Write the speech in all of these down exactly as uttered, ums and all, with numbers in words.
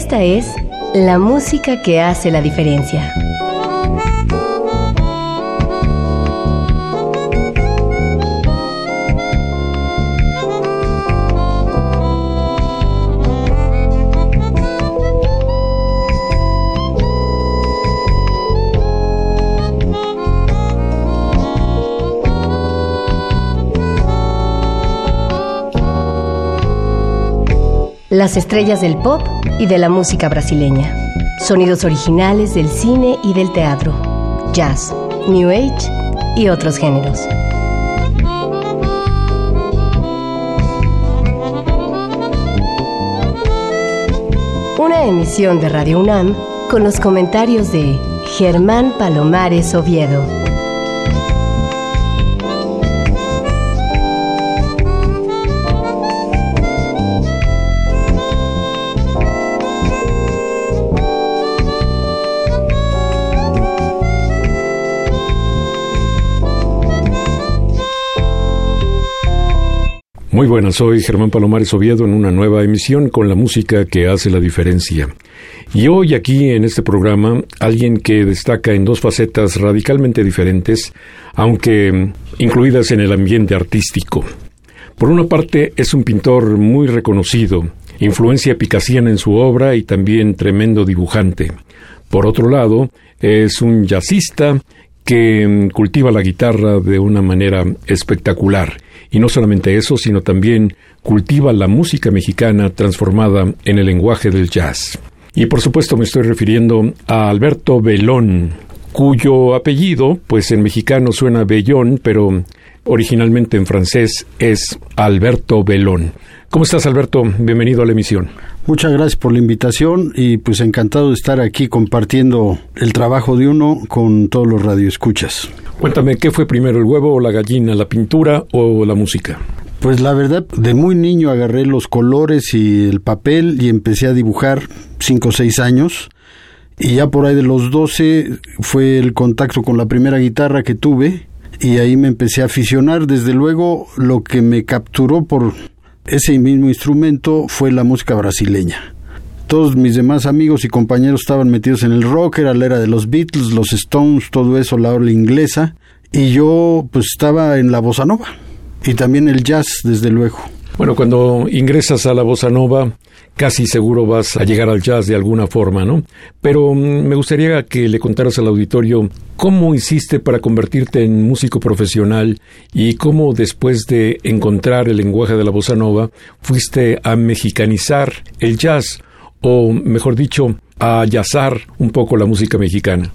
Esta es la música que hace la diferencia. Las estrellas del pop y de la música brasileña. Sonidos originales del cine y del teatro. Jazz, New Age y otros géneros. Una emisión de Radio UNAM con los comentarios de Germán Palomares Oviedo. Muy buenas, soy Germán Palomares Oviedo en una nueva emisión con la música que hace la diferencia. Y hoy aquí en este programa, alguien que destaca en dos facetas radicalmente diferentes, aunque incluidas en el ambiente artístico. Por una parte, es un pintor muy reconocido, influencia picasiana en su obra y también tremendo dibujante. Por otro lado, es un jazzista que cultiva la guitarra de una manera espectacular. Y no solamente eso, sino también cultiva la música mexicana transformada en el lenguaje del jazz. Y por supuesto me estoy refiriendo a Alberto Bellón, cuyo apellido, pues en mexicano suena Bellón, pero originalmente en francés es Alberto Bellón. ¿Cómo estás, Alberto? Bienvenido a la emisión. Muchas gracias por la invitación y pues encantado de estar aquí compartiendo el trabajo de uno con todos los radioescuchas. Cuéntame, ¿qué fue primero, el huevo o la gallina, la pintura o la música? Pues la verdad, de muy niño agarré los colores y el papel y empecé a dibujar, cinco o seis años. Y ya por ahí de los doce fue el contacto con la primera guitarra que tuve y ahí me empecé a aficionar. Desde luego, lo que me capturó por ese mismo instrumento fue la música brasileña. Todos mis demás amigos y compañeros estaban metidos en el rock, era la era de los Beatles, los Stones, todo eso, la ola inglesa, y yo pues estaba en la bossa nova, y también el jazz, desde luego. Bueno, cuando ingresas a la bossa nova, casi seguro vas a llegar al jazz de alguna forma, ¿no? Pero um, me gustaría que le contaras al auditorio cómo hiciste para convertirte en músico profesional y cómo después de encontrar el lenguaje de la bossa nova, fuiste a mexicanizar el jazz, o mejor dicho, a jazzar un poco la música mexicana.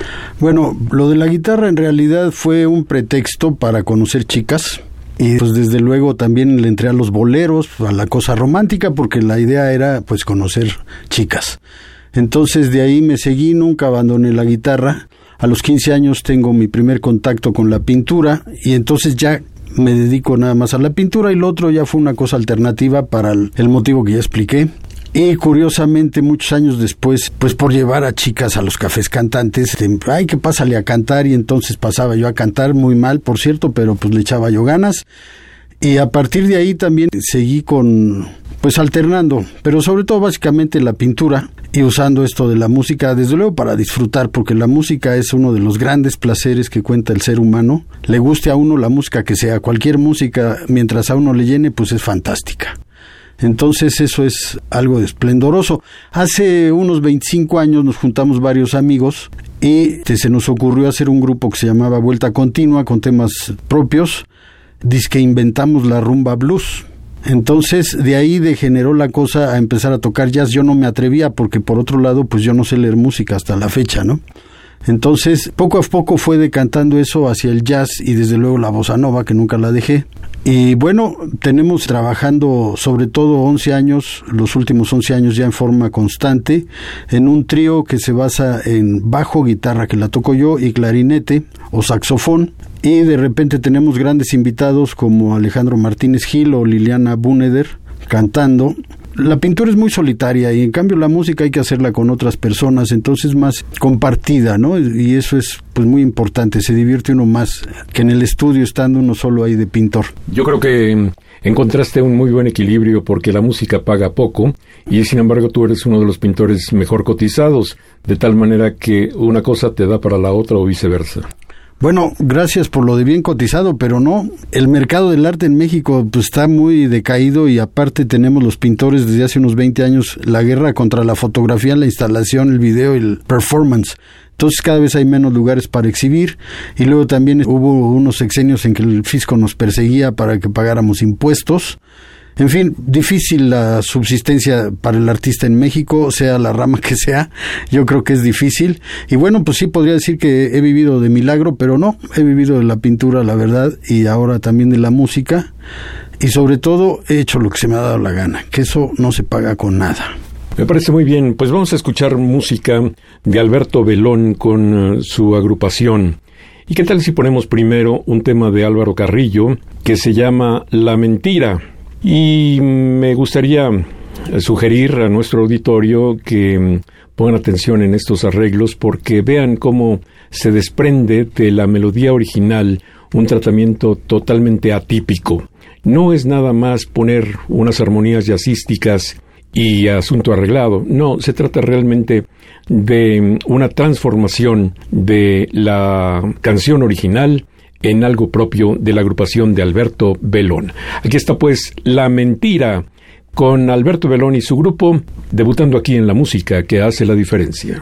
Bueno, lo de la guitarra en realidad fue un pretexto para conocer chicas. Y pues desde luego también le entré a los boleros, a la cosa romántica, porque la idea era pues conocer chicas. Entonces de ahí me seguí, nunca abandoné la guitarra. A los quince años tengo mi primer contacto con la pintura y entonces ya me dedico nada más a la pintura y lo otro ya fue una cosa alternativa para el, el motivo que ya expliqué. Y curiosamente, muchos años después, pues por llevar a chicas a los cafés cantantes, ay, que pásale a cantar, y entonces pasaba yo a cantar, muy mal, por cierto, pero pues le echaba yo ganas. Y a partir de ahí también seguí con, pues alternando, pero sobre todo básicamente la pintura y usando esto de la música, desde luego para disfrutar, porque la música es uno de los grandes placeres que cuenta el ser humano. Le guste a uno la música que sea, cualquier música, mientras a uno le llene, pues es fantástica. Entonces eso es algo esplendoroso. Hace unos veinticinco años nos juntamos varios amigos y se nos ocurrió hacer un grupo que se llamaba Vuelta Continua con temas propios. Dizque inventamos la rumba blues. Entonces de ahí degeneró la cosa a empezar a tocar jazz. Yo no me atrevía porque por otro lado pues yo no sé leer música hasta la fecha, ¿no? Entonces poco a poco fue decantando eso hacia el jazz y desde luego la bossa nova, que nunca la dejé. Y bueno, tenemos trabajando sobre todo once años, los últimos once años ya en forma constante, en un trío que se basa en bajo, guitarra que la toco yo, y clarinete o saxofón. Y de repente tenemos grandes invitados como Alejandro Martínez Gil o Liliana Buneder cantando. la pintura es muy solitaria y en cambio la música hay que hacerla con otras personas, entonces más compartida, ¿no? Y eso es pues muy importante, se divierte uno más que en el estudio estando uno solo ahí de pintor. Yo creo que encontraste un muy buen equilibrio porque la música paga poco y sin embargo tú eres uno de los pintores mejor cotizados, de tal manera que una cosa te da para la otra o viceversa. Bueno, gracias por lo de bien cotizado, pero no, el mercado del arte en México pues, está muy decaído y aparte tenemos los pintores desde hace unos veinte años la guerra contra la fotografía, la instalación, el video y el performance. Entonces cada vez hay menos lugares para exhibir y luego también hubo unos sexenios en que el fisco nos perseguía para que pagáramos impuestos. En fin, difícil la subsistencia para el artista en México, sea la rama que sea, yo creo que es difícil. Y bueno, pues sí podría decir que he vivido de milagro, pero no, he vivido de la pintura, la verdad, y ahora también de la música. Y sobre todo he hecho lo que se me ha dado la gana, que eso no se paga con nada. Me parece muy bien, pues vamos a escuchar música de Alberto Belón con uh, su agrupación. ¿Y qué tal si ponemos primero un tema de Álvaro Carrillo que se llama La Mentira? Y me gustaría sugerir a nuestro auditorio que pongan atención en estos arreglos porque vean cómo se desprende de la melodía original un tratamiento totalmente atípico. No es nada más poner unas armonías jazzísticas y asunto arreglado. No, se trata realmente de una transformación de la canción original en algo propio de la agrupación de Alberto Belón. Aquí está pues La Mentira con Alberto Belón y su grupo debutando aquí en la música que hace la diferencia.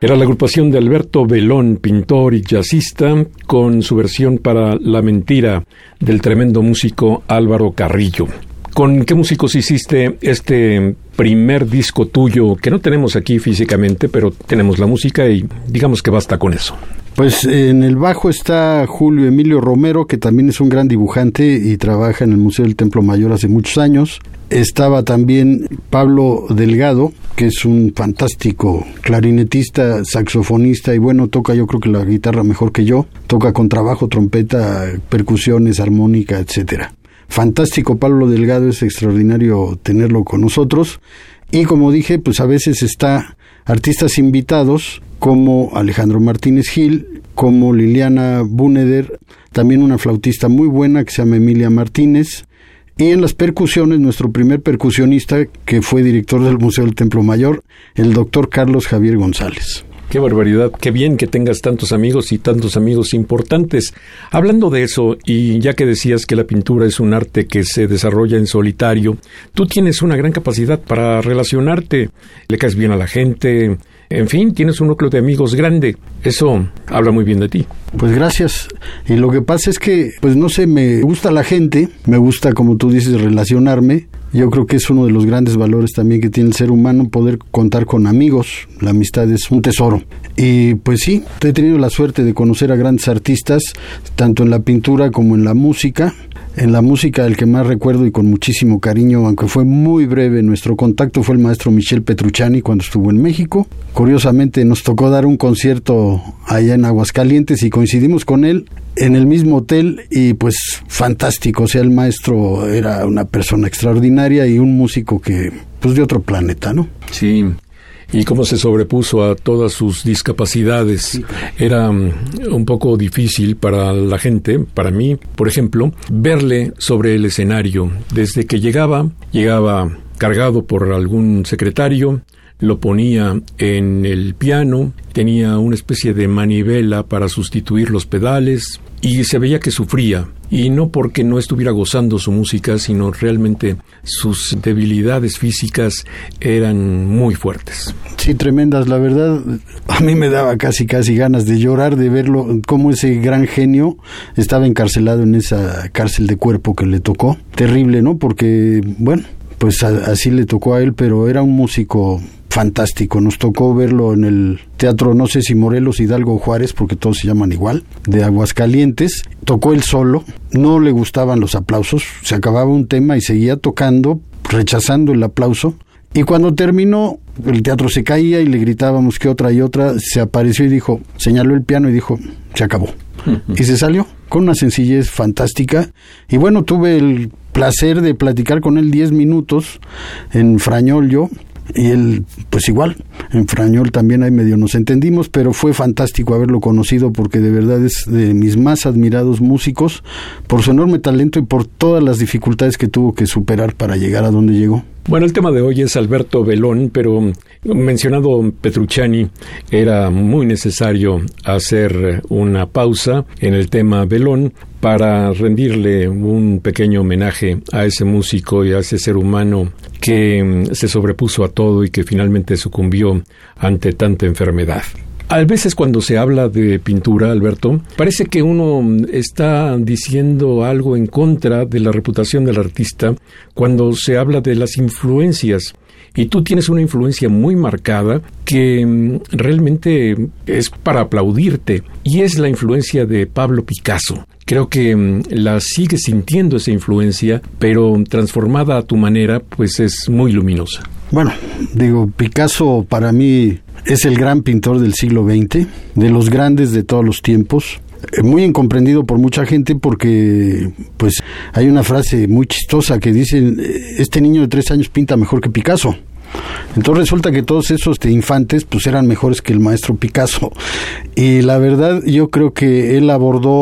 Era la agrupación de Alberto Belón, pintor y jazzista, con su versión para La Mentira del tremendo músico Álvaro Carrillo. ¿Con qué músicos hiciste este primer disco tuyo, que no tenemos aquí físicamente, pero tenemos la música y digamos que basta con eso? Pues en el bajo está Julio Emilio Romero, que también es un gran dibujante y trabaja en el Museo del Templo Mayor hace muchos años. Estaba también Pablo Delgado, que es un fantástico clarinetista, saxofonista y bueno, toca yo creo que la guitarra mejor que yo. Toca contrabajo, trompeta, percusiones, armónica, etcétera. Fantástico Pablo Delgado, es extraordinario tenerlo con nosotros. Y como dije, pues a veces está artistas invitados como Alejandro Martínez Gil, como Liliana Buneder, también una flautista muy buena que se llama Emilia Martínez. Y en las percusiones, nuestro primer percusionista, que fue director del Museo del Templo Mayor, el doctor Carlos Javier González. Qué barbaridad, qué bien que tengas tantos amigos y tantos amigos importantes. Hablando de eso, y ya que decías que la pintura es un arte que se desarrolla en solitario, tú tienes una gran capacidad para relacionarte, le caes bien a la gente, en fin, tienes un núcleo de amigos grande. Eso habla muy bien de ti. Pues gracias. Y lo que pasa es que, pues no sé, me gusta la gente, me gusta, como tú dices, relacionarme. Yo creo que es uno de los grandes valores también que tiene el ser humano, poder contar con amigos. La amistad es un tesoro. Y pues sí, he tenido la suerte de conocer a grandes artistas, tanto en la pintura como en la música. En la música, el que más recuerdo y con muchísimo cariño, aunque fue muy breve nuestro contacto, fue el maestro Michel Petrucciani cuando estuvo en México. Curiosamente nos tocó dar un concierto allá en Aguascalientes y coincidimos con él en el mismo hotel y pues fantástico. O sea, el maestro era una persona extraordinaria y un músico que, pues de otro planeta, ¿no? Sí. Y cómo se sobrepuso a todas sus discapacidades. Sí. Era um, un poco difícil para la gente, para mí, por ejemplo, verle sobre el escenario. Desde que llegaba, llegaba cargado por algún secretario, lo ponía en el piano, tenía una especie de manivela para sustituir los pedales y se veía que sufría. Y no porque no estuviera gozando su música, sino realmente sus debilidades físicas eran muy fuertes. Sí, tremendas. La verdad, a mí me daba casi, casi ganas de llorar, de verlo, cómo ese gran genio estaba encarcelado en esa cárcel de cuerpo que le tocó. Terrible, ¿no? Porque, bueno, pues a, así le tocó a él, pero era un músico fantástico. Nos tocó verlo en el teatro, no sé si Morelos, Hidalgo o Juárez, porque todos se llaman igual, de Aguascalientes. Tocó él solo, no le gustaban los aplausos, se acababa un tema y seguía tocando, rechazando el aplauso. Y cuando terminó, el teatro se caía y le gritábamos que otra y otra. Se apareció y dijo, señaló el piano y dijo, se acabó. Uh-huh. Y se salió con una sencillez fantástica. Y bueno, tuve el placer de platicar con él diez minutos en Frañol yo. Y él, pues igual, en Frañol también ahí medio nos entendimos, pero fue fantástico haberlo conocido porque de verdad es de mis más admirados músicos por su enorme talento y por todas las dificultades que tuvo que superar para llegar a donde llegó. Bueno, el tema de hoy es Alberto Belón, pero mencionado Petrucciani, era muy necesario hacer una pausa en el tema Belón para rendirle un pequeño homenaje a ese músico y a ese ser humano que se sobrepuso a todo y que finalmente sucumbió ante tanta enfermedad. A veces cuando se habla de pintura, Alberto, parece que uno está diciendo algo en contra de la reputación del artista cuando se habla de las influencias. Y tú tienes una influencia muy marcada que realmente es para aplaudirte, y es la influencia de Pablo Picasso. Creo que la sigues sintiendo esa influencia, pero transformada a tu manera, pues es muy luminosa. Bueno, digo, Picasso para mí es el gran pintor del siglo veinte, de los grandes de todos los tiempos. Muy incomprendido por mucha gente porque pues hay una frase muy chistosa que dice, este niño de tres años pinta mejor que Picasso. Entonces resulta que todos esos infantes pues eran mejores que el maestro Picasso. Y la verdad yo creo que él abordó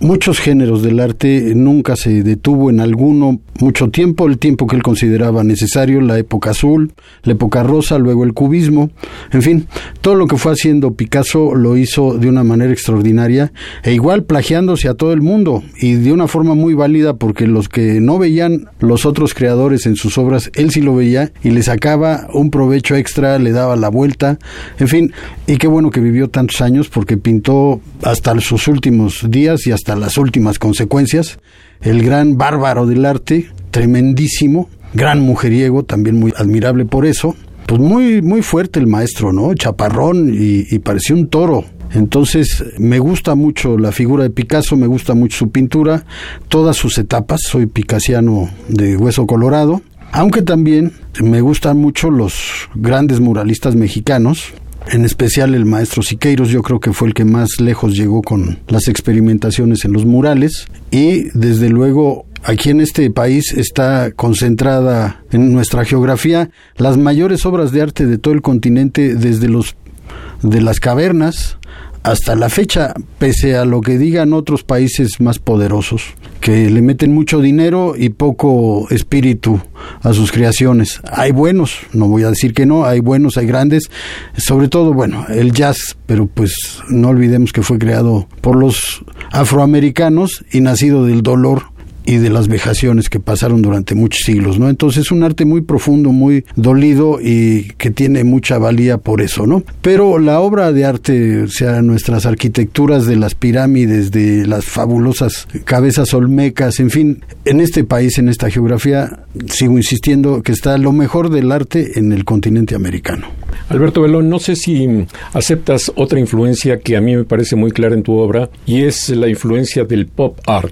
muchos géneros del arte, nunca se detuvo en alguno mucho tiempo, el tiempo que él consideraba necesario, la época azul, la época rosa, luego el cubismo, en fin, todo lo que fue haciendo Picasso lo hizo de una manera extraordinaria e igual plagiándose a todo el mundo y de una forma muy válida, porque los que no veían los otros creadores en sus obras, él sí lo veía y le sacaba un provecho extra, le daba la vuelta, en fin, y qué bueno que vivió tantos años, porque pintó hasta sus últimos días y hasta las últimas consecuencias. El gran bárbaro del arte, tremendísimo, gran mujeriego, también muy admirable por eso. Pues muy, muy fuerte el maestro, ¿no? Chaparrón y, y parecía un toro. Entonces, me gusta mucho la figura de Picasso, me gusta mucho su pintura, todas sus etapas. Soy picasiano de hueso colorado, aunque también me gustan mucho los grandes muralistas mexicanos, en especial el maestro Siqueiros. Yo creo que fue el que más lejos llegó con las experimentaciones en los murales, y desde luego aquí en este país está concentrada en nuestra geografía las mayores obras de arte de todo el continente, desde los de las cavernas hasta la fecha, pese a lo que digan otros países más poderosos, que le meten mucho dinero y poco espíritu a sus creaciones. Hay buenos, no voy a decir que no, hay buenos, hay grandes, sobre todo, bueno, el jazz, pero pues no olvidemos que fue creado por los afroamericanos y nacido del dolor y de las vejaciones que pasaron durante muchos siglos, ¿no? Entonces es un arte muy profundo, muy dolido y que tiene mucha valía por eso, ¿no? Pero la obra de arte, o sea, nuestras arquitecturas de las pirámides, de las fabulosas cabezas olmecas, en fin, en este país, en esta geografía, sigo insistiendo que está lo mejor del arte en el continente americano. Alberto Belón, no sé si aceptas otra influencia que a mí me parece muy clara en tu obra, y es la influencia del pop art.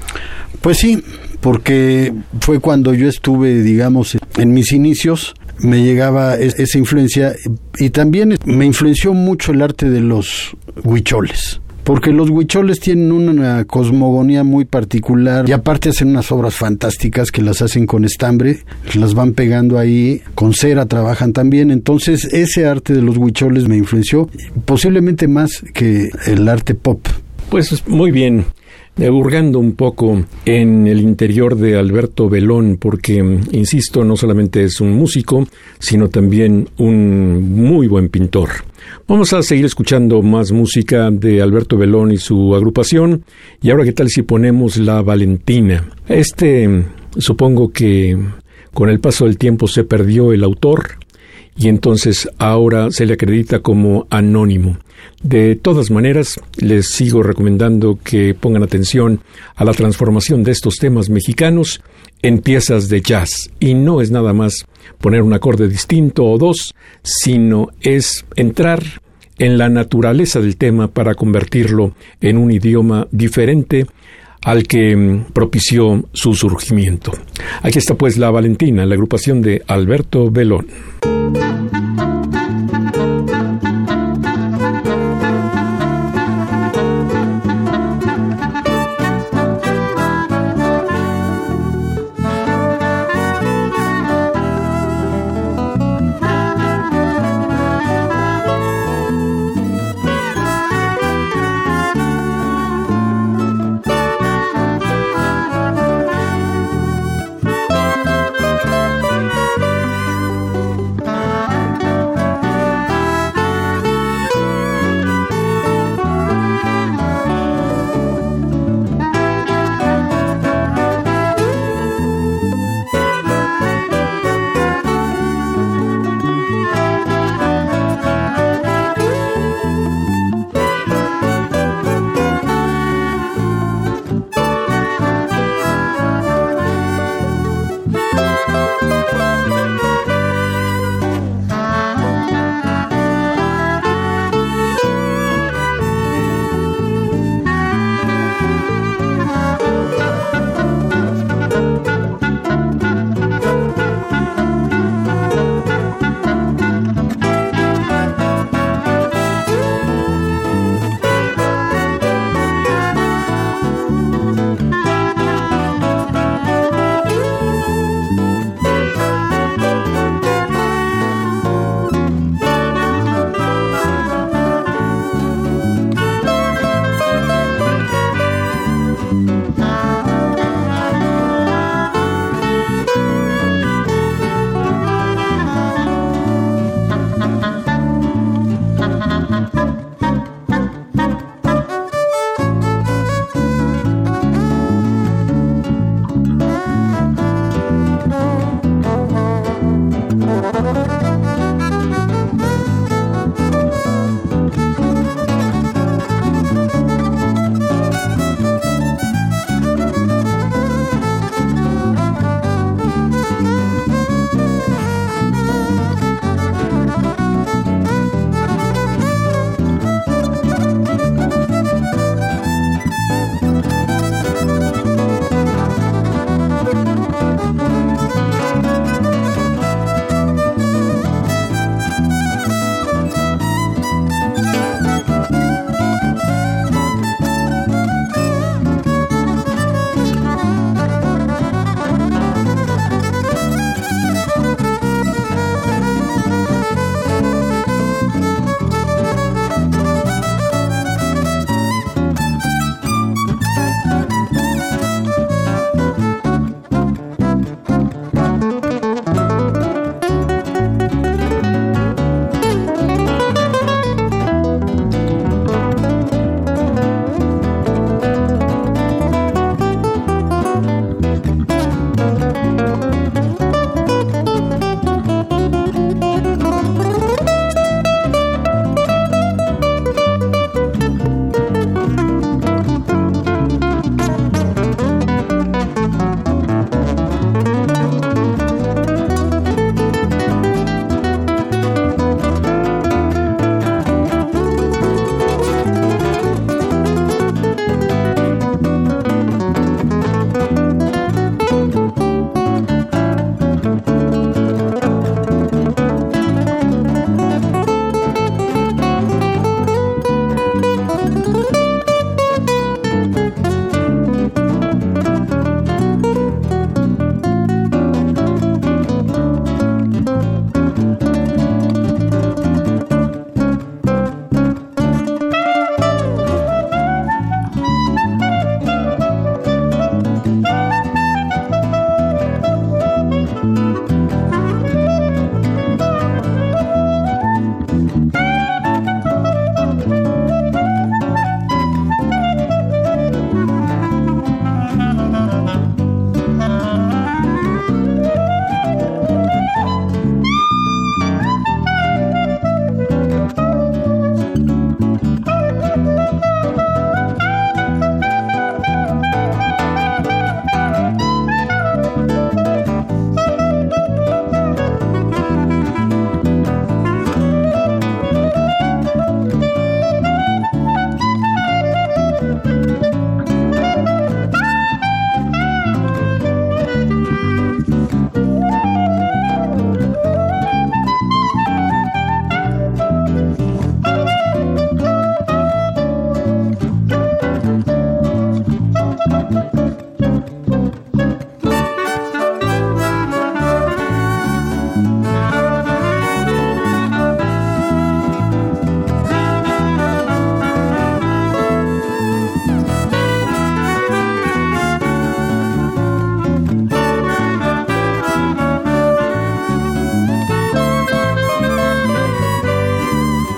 Pues sí, porque fue cuando yo estuve, digamos, en mis inicios, me llegaba esa influencia, y también me influenció mucho el arte de los huicholes, porque los huicholes tienen una cosmogonía muy particular y aparte hacen unas obras fantásticas que las hacen con estambre, las van pegando ahí, con cera trabajan también. Entonces ese arte de los huicholes me influenció posiblemente más que el arte pop. Pues muy bien. Hurgando un poco en el interior de Alberto Belón, porque, insisto, no solamente es un músico, sino también un muy buen pintor. Vamos a seguir escuchando más música de Alberto Belón y su agrupación, y ahora qué tal si ponemos La Valentina. Este, supongo que con el paso del tiempo se perdió el autor, y entonces ahora se le acredita como anónimo. De todas maneras, les sigo recomendando que pongan atención a la transformación de estos temas mexicanos en piezas de jazz. Y no es nada más poner un acorde distinto o dos, sino es entrar en la naturaleza del tema para convertirlo en un idioma diferente al que propició su surgimiento. Aquí está pues La Valentina, la agrupación de Alberto Belón.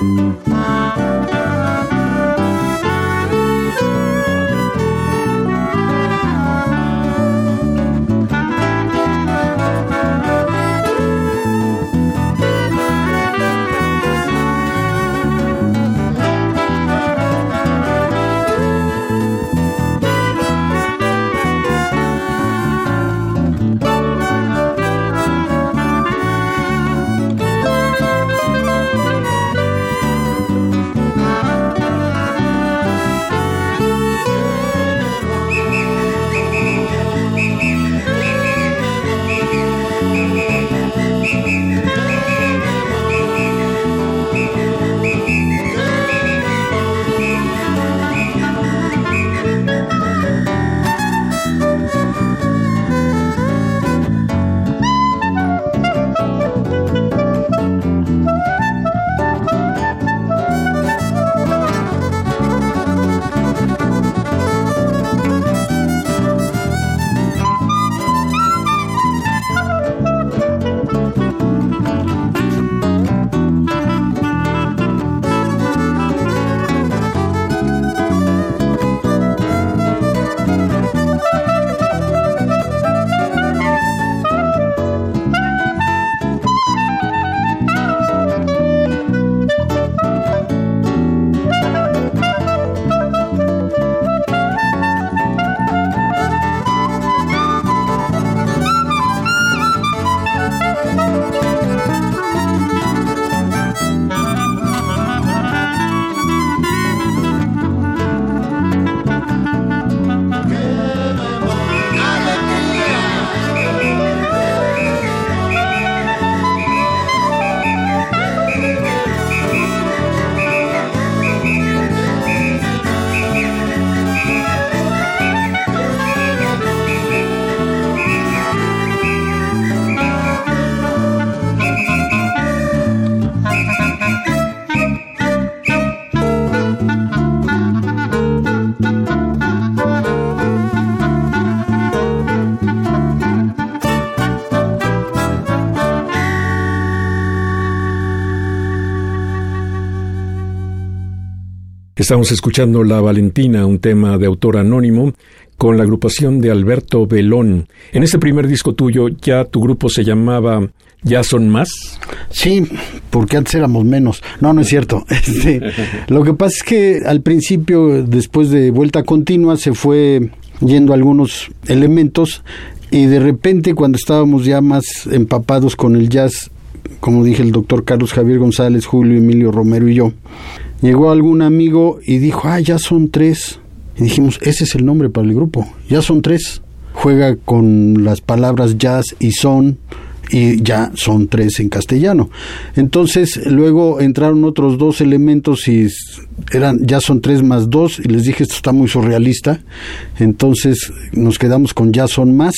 Estamos escuchando La Valentina, un tema de autor anónimo, con la agrupación de Alberto Belón. En este primer disco tuyo, ¿ya tu grupo se llamaba Ya Son Más? Sí, porque antes éramos menos. No, no es cierto. Este, lo que pasa es que al principio, después de Vuelta Continua, se fue yendo algunos elementos y de repente, cuando estábamos ya más empapados con el jazz, como dije, el doctor Carlos Javier González, Julio Emilio Romero y yo, llegó algún amigo y dijo, ah, ya son tres. Y dijimos, ese es el nombre para el grupo, ya son tres. Juega con las palabras jazz y son, y ya son tres en castellano. Entonces, luego entraron otros dos elementos y eran ya son tres más dos, y les dije, esto está muy surrealista. Entonces, nos quedamos con ya son más.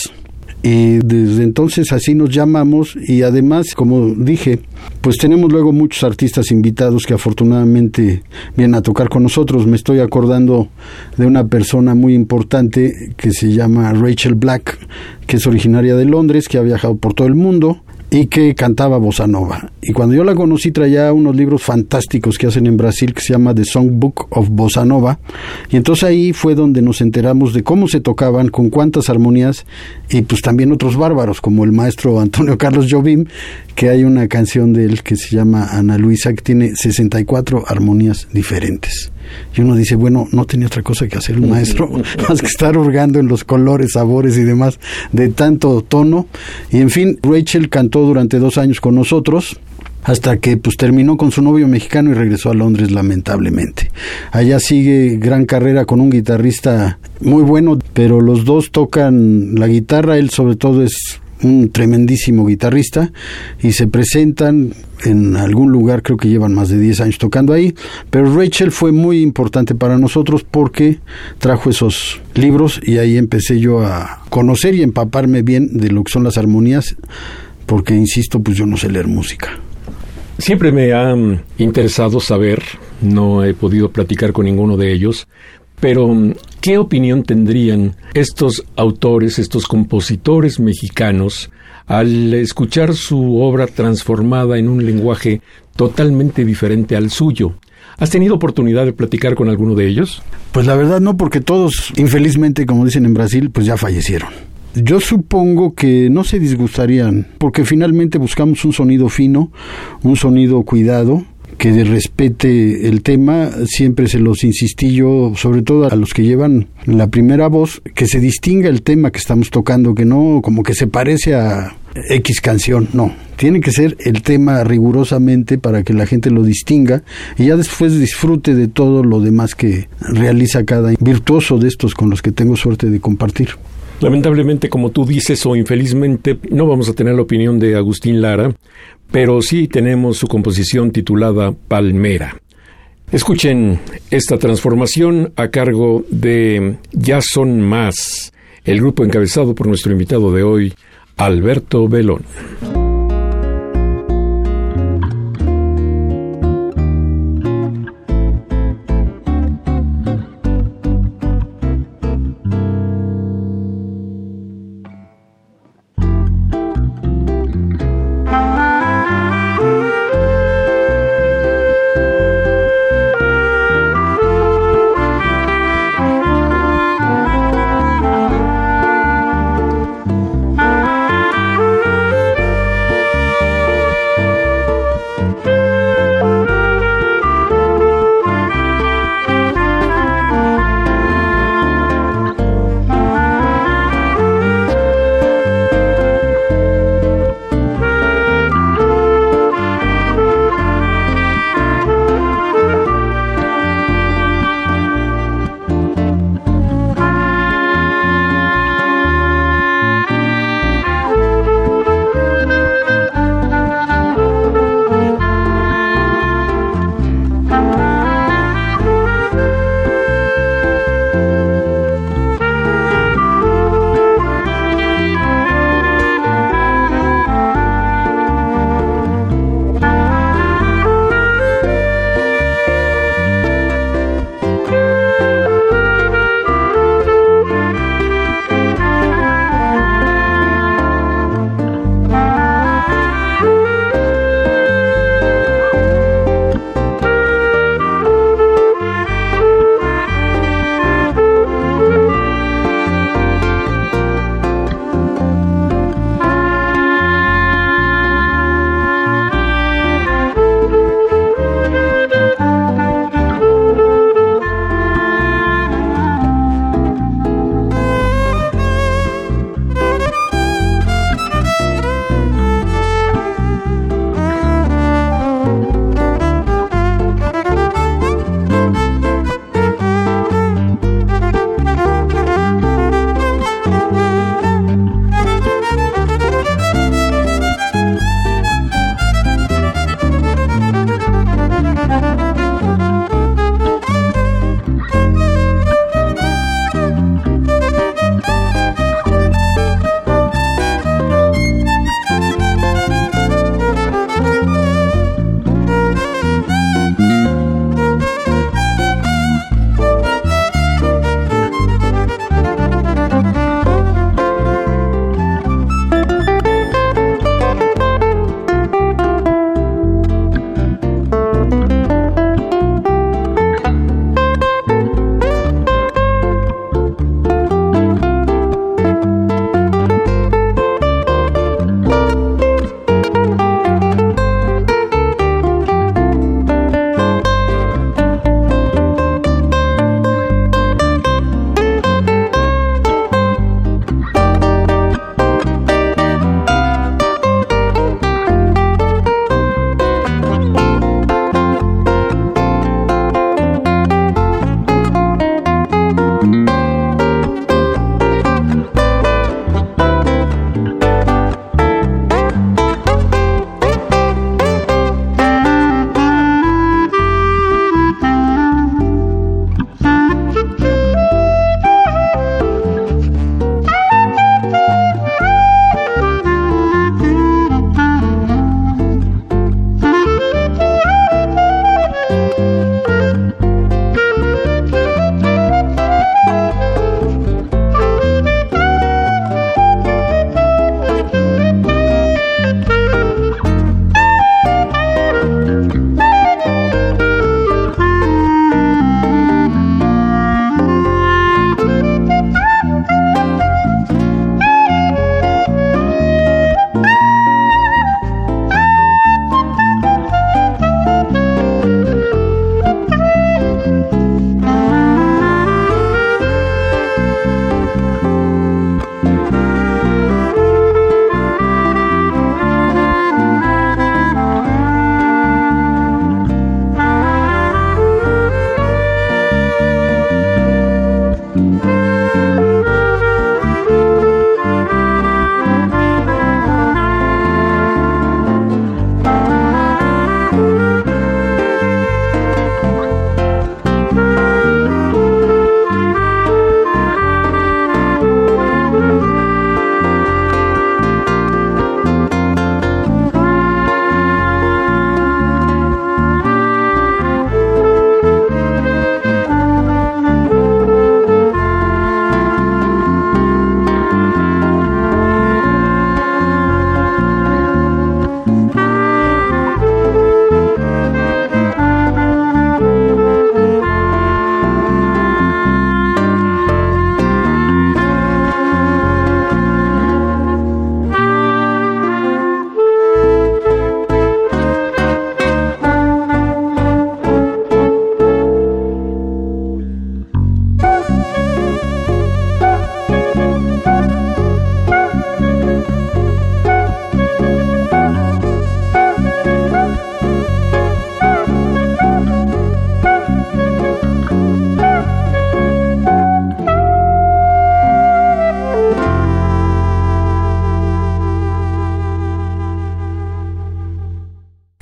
Y desde entonces así nos llamamos, y además, como dije, pues tenemos luego muchos artistas invitados que afortunadamente vienen a tocar con nosotros. Me estoy acordando de una persona muy importante que se llama Rachel Black, que es originaria de Londres, que ha viajado por todo el mundo y que cantaba bossa nova. Y cuando yo la conocí traía unos libros fantásticos que hacen en Brasil que se llama The Songbook of Bossa Nova, y entonces ahí fue donde nos enteramos de cómo se tocaban, con cuántas armonías, y pues también otros bárbaros como el maestro Antonio Carlos Jobim, que hay una canción de él que se llama Ana Luisa, que tiene sesenta y cuatro armonías diferentes. Y uno dice, bueno, no tenía otra cosa que hacer un maestro más que estar hurgando en los colores, sabores y demás de tanto tono. Y en fin, Rachel cantó durante dos años con nosotros, hasta que pues terminó con su novio mexicano y regresó a Londres, lamentablemente. Allá sigue gran carrera con un guitarrista muy bueno, pero los dos tocan la guitarra. Él sobre todo es un tremendísimo guitarrista, y se presentan en algún lugar, creo que llevan más de diez años tocando ahí. Pero Rachel fue muy importante para nosotros porque trajo esos libros, y ahí empecé yo a conocer y empaparme bien de lo que son las armonías, porque insisto, pues yo no sé leer música. Siempre me ha interesado saber, no he podido platicar con ninguno de ellos, pero ¿qué opinión tendrían estos autores, estos compositores mexicanos, al escuchar su obra transformada en un lenguaje totalmente diferente al suyo. ¿Has tenido oportunidad de platicar con alguno de ellos? Pues la verdad no, porque todos, infelizmente, como dicen en Brasil, pues ya fallecieron. Yo supongo que no se disgustarían, porque finalmente buscamos un sonido fino, un sonido cuidado, que respete el tema. Siempre se los insistí yo, sobre todo a los que llevan la primera voz, que se distinga el tema que estamos tocando, que no como que se parece a X canción, no. Tiene que ser el tema rigurosamente para que la gente lo distinga y ya después disfrute de todo lo demás que realiza cada virtuoso de estos con los que tengo suerte de compartir. Lamentablemente, como tú dices, o infelizmente, no vamos a tener la opinión de Agustín Lara, pero sí tenemos su composición titulada Palmera. Escuchen esta transformación a cargo de Ya Son Más, el grupo encabezado por nuestro invitado de hoy, Alberto Belón.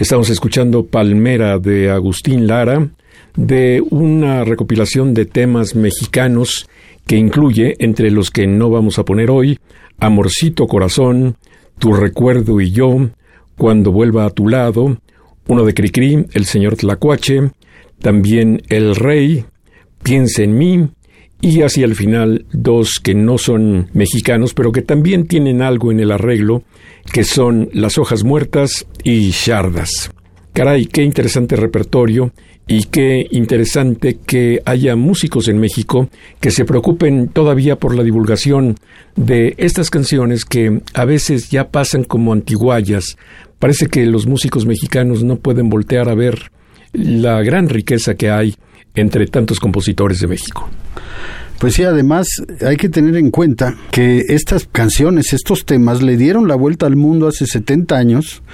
Estamos escuchando Palmera de Agustín Lara, de una recopilación de temas mexicanos que incluye, entre los que no vamos a poner hoy, Amorcito Corazón, Tu Recuerdo y Yo, Cuando Vuelva a Tu Lado, uno de Cricri, El Señor Tlacuache, también El Rey, Piensa en mí, y hacia el final dos que no son mexicanos, pero que también tienen algo en el arreglo, que son Las Hojas Muertas y Shardas. Caray, qué interesante repertorio y qué interesante que haya músicos en México que se preocupen todavía por la divulgación de estas canciones que a veces ya pasan como antiguallas. Parece que los músicos mexicanos no pueden voltear a ver la gran riqueza que hay entre tantos compositores de México. Pues sí, además hay que tener en cuenta que estas canciones, estos temas le dieron la vuelta al mundo hace setenta años,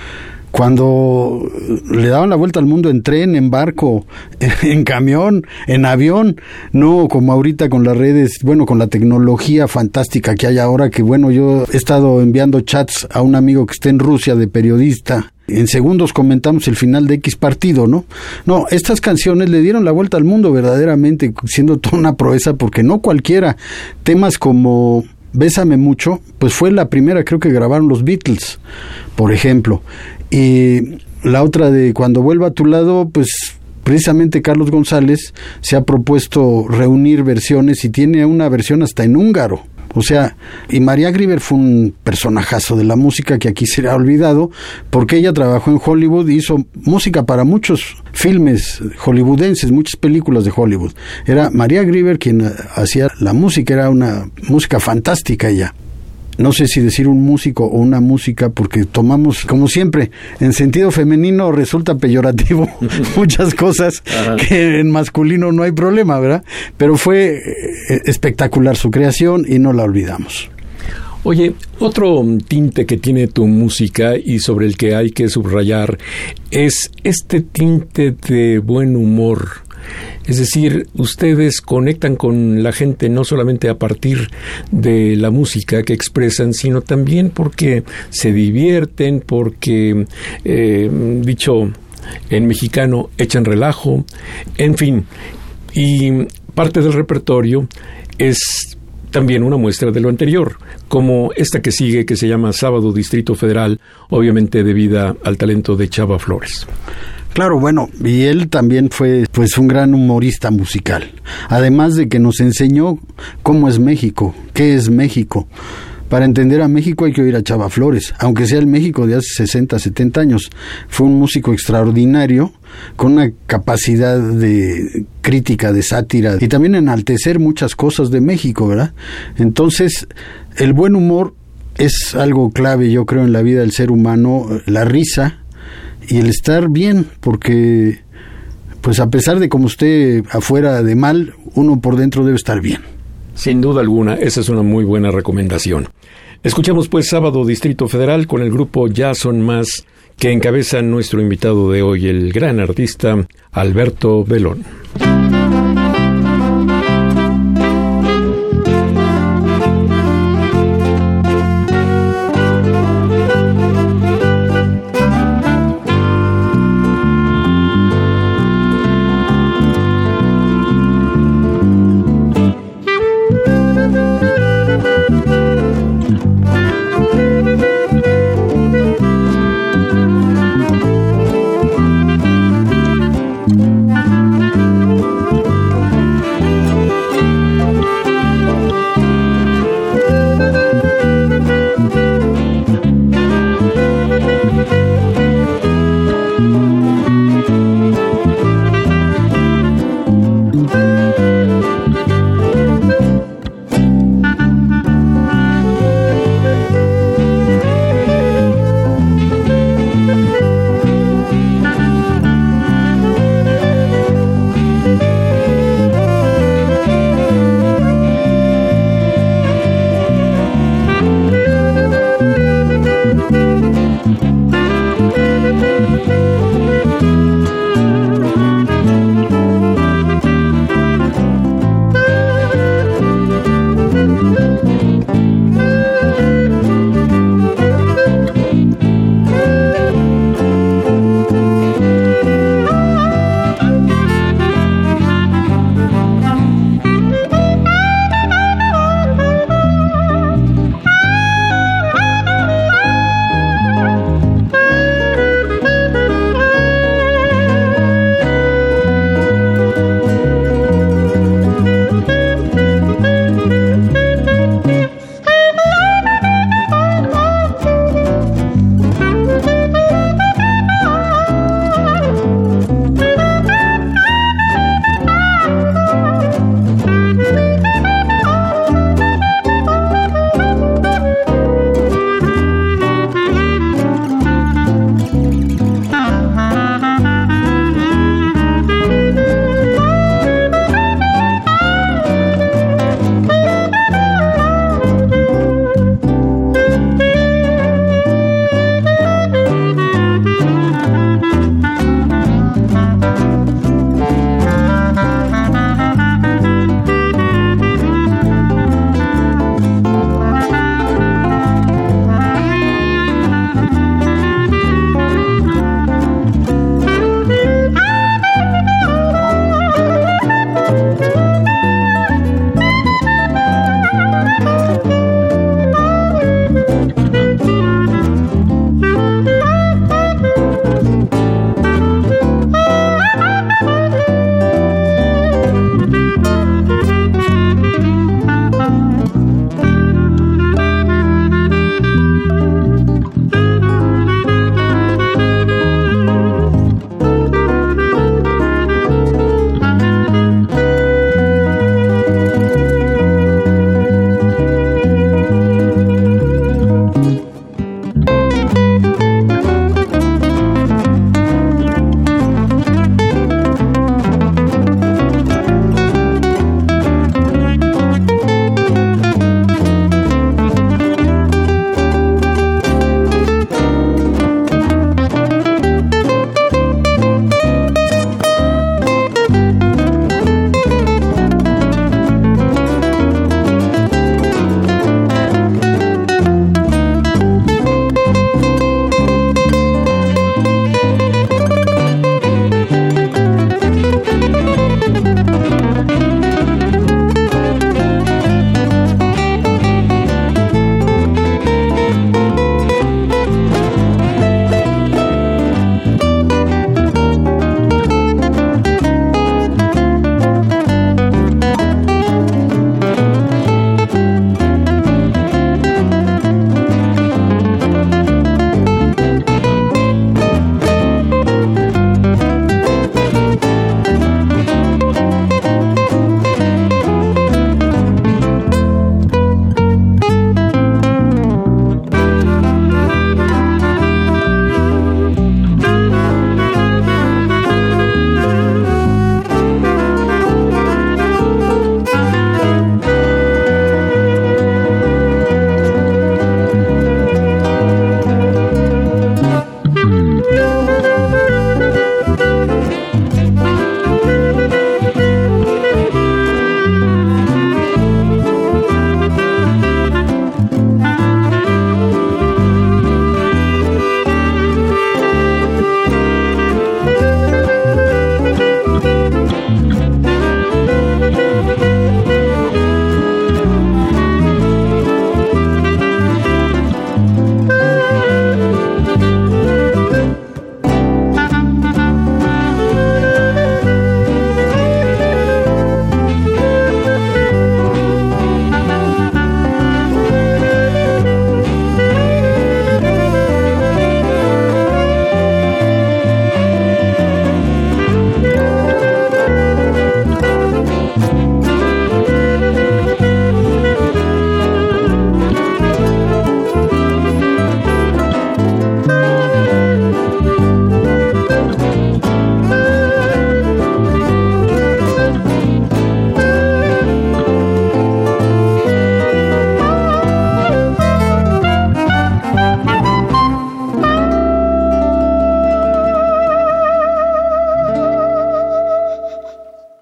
cuando le daban la vuelta al mundo en tren, en barco, en camión, en avión, no como ahorita con las redes, bueno, con la tecnología fantástica que hay ahora, que bueno, yo he estado enviando chats a un amigo que está en Rusia de periodista. En segundos comentamos el final de X partido, ¿no? No, estas canciones le dieron la vuelta al mundo verdaderamente, siendo toda una proeza, porque no cualquiera. Temas como Bésame Mucho, pues fue la primera, creo que grabaron los Beatles, por ejemplo. Y la otra de Cuando Vuelva a Tu Lado, pues precisamente Carlos González se ha propuesto reunir versiones y tiene una versión hasta en húngaro. O sea, y María Grieber fue un personajazo de la música que aquí se le ha olvidado, porque ella trabajó en Hollywood y hizo música para muchos filmes hollywoodenses, muchas películas de Hollywood. Era María Grieber quien hacía la música, era una música fantástica ella. No sé si decir un músico o una música, porque tomamos, como siempre, en sentido femenino resulta peyorativo muchas cosas. Ajá. Que en masculino no hay problema, ¿verdad? Pero fue espectacular su creación y no la olvidamos. Oye, otro tinte que tiene tu música y sobre el que hay que subrayar es este tinte de buen humor. Es decir, ustedes conectan con la gente no solamente a partir de la música que expresan, sino también porque se divierten, porque, eh, dicho en mexicano, echan relajo, en fin. Y parte del repertorio es también una muestra de lo anterior, como esta que sigue, que se llama Sábado Distrito Federal, obviamente debida al talento de Chava Flores. Claro, bueno, y él también fue pues un gran humorista musical, además de que nos enseñó cómo es México, qué es México. Para entender a México hay que oír a Chava Flores, aunque sea el México de hace sesenta, setenta años. Fue un músico extraordinario, con una capacidad de crítica, de sátira, y también enaltecer muchas cosas de México, ¿verdad? Entonces, el buen humor es algo clave, yo creo, en la vida del ser humano, la risa y el estar bien, porque pues a pesar de como esté afuera de mal, uno por dentro debe estar bien. Sin duda alguna, esa es una muy buena recomendación. Escuchamos pues Sábado Distrito Federal con el grupo Ya Son Más, que encabeza nuestro invitado de hoy, el gran artista Alberto Belón.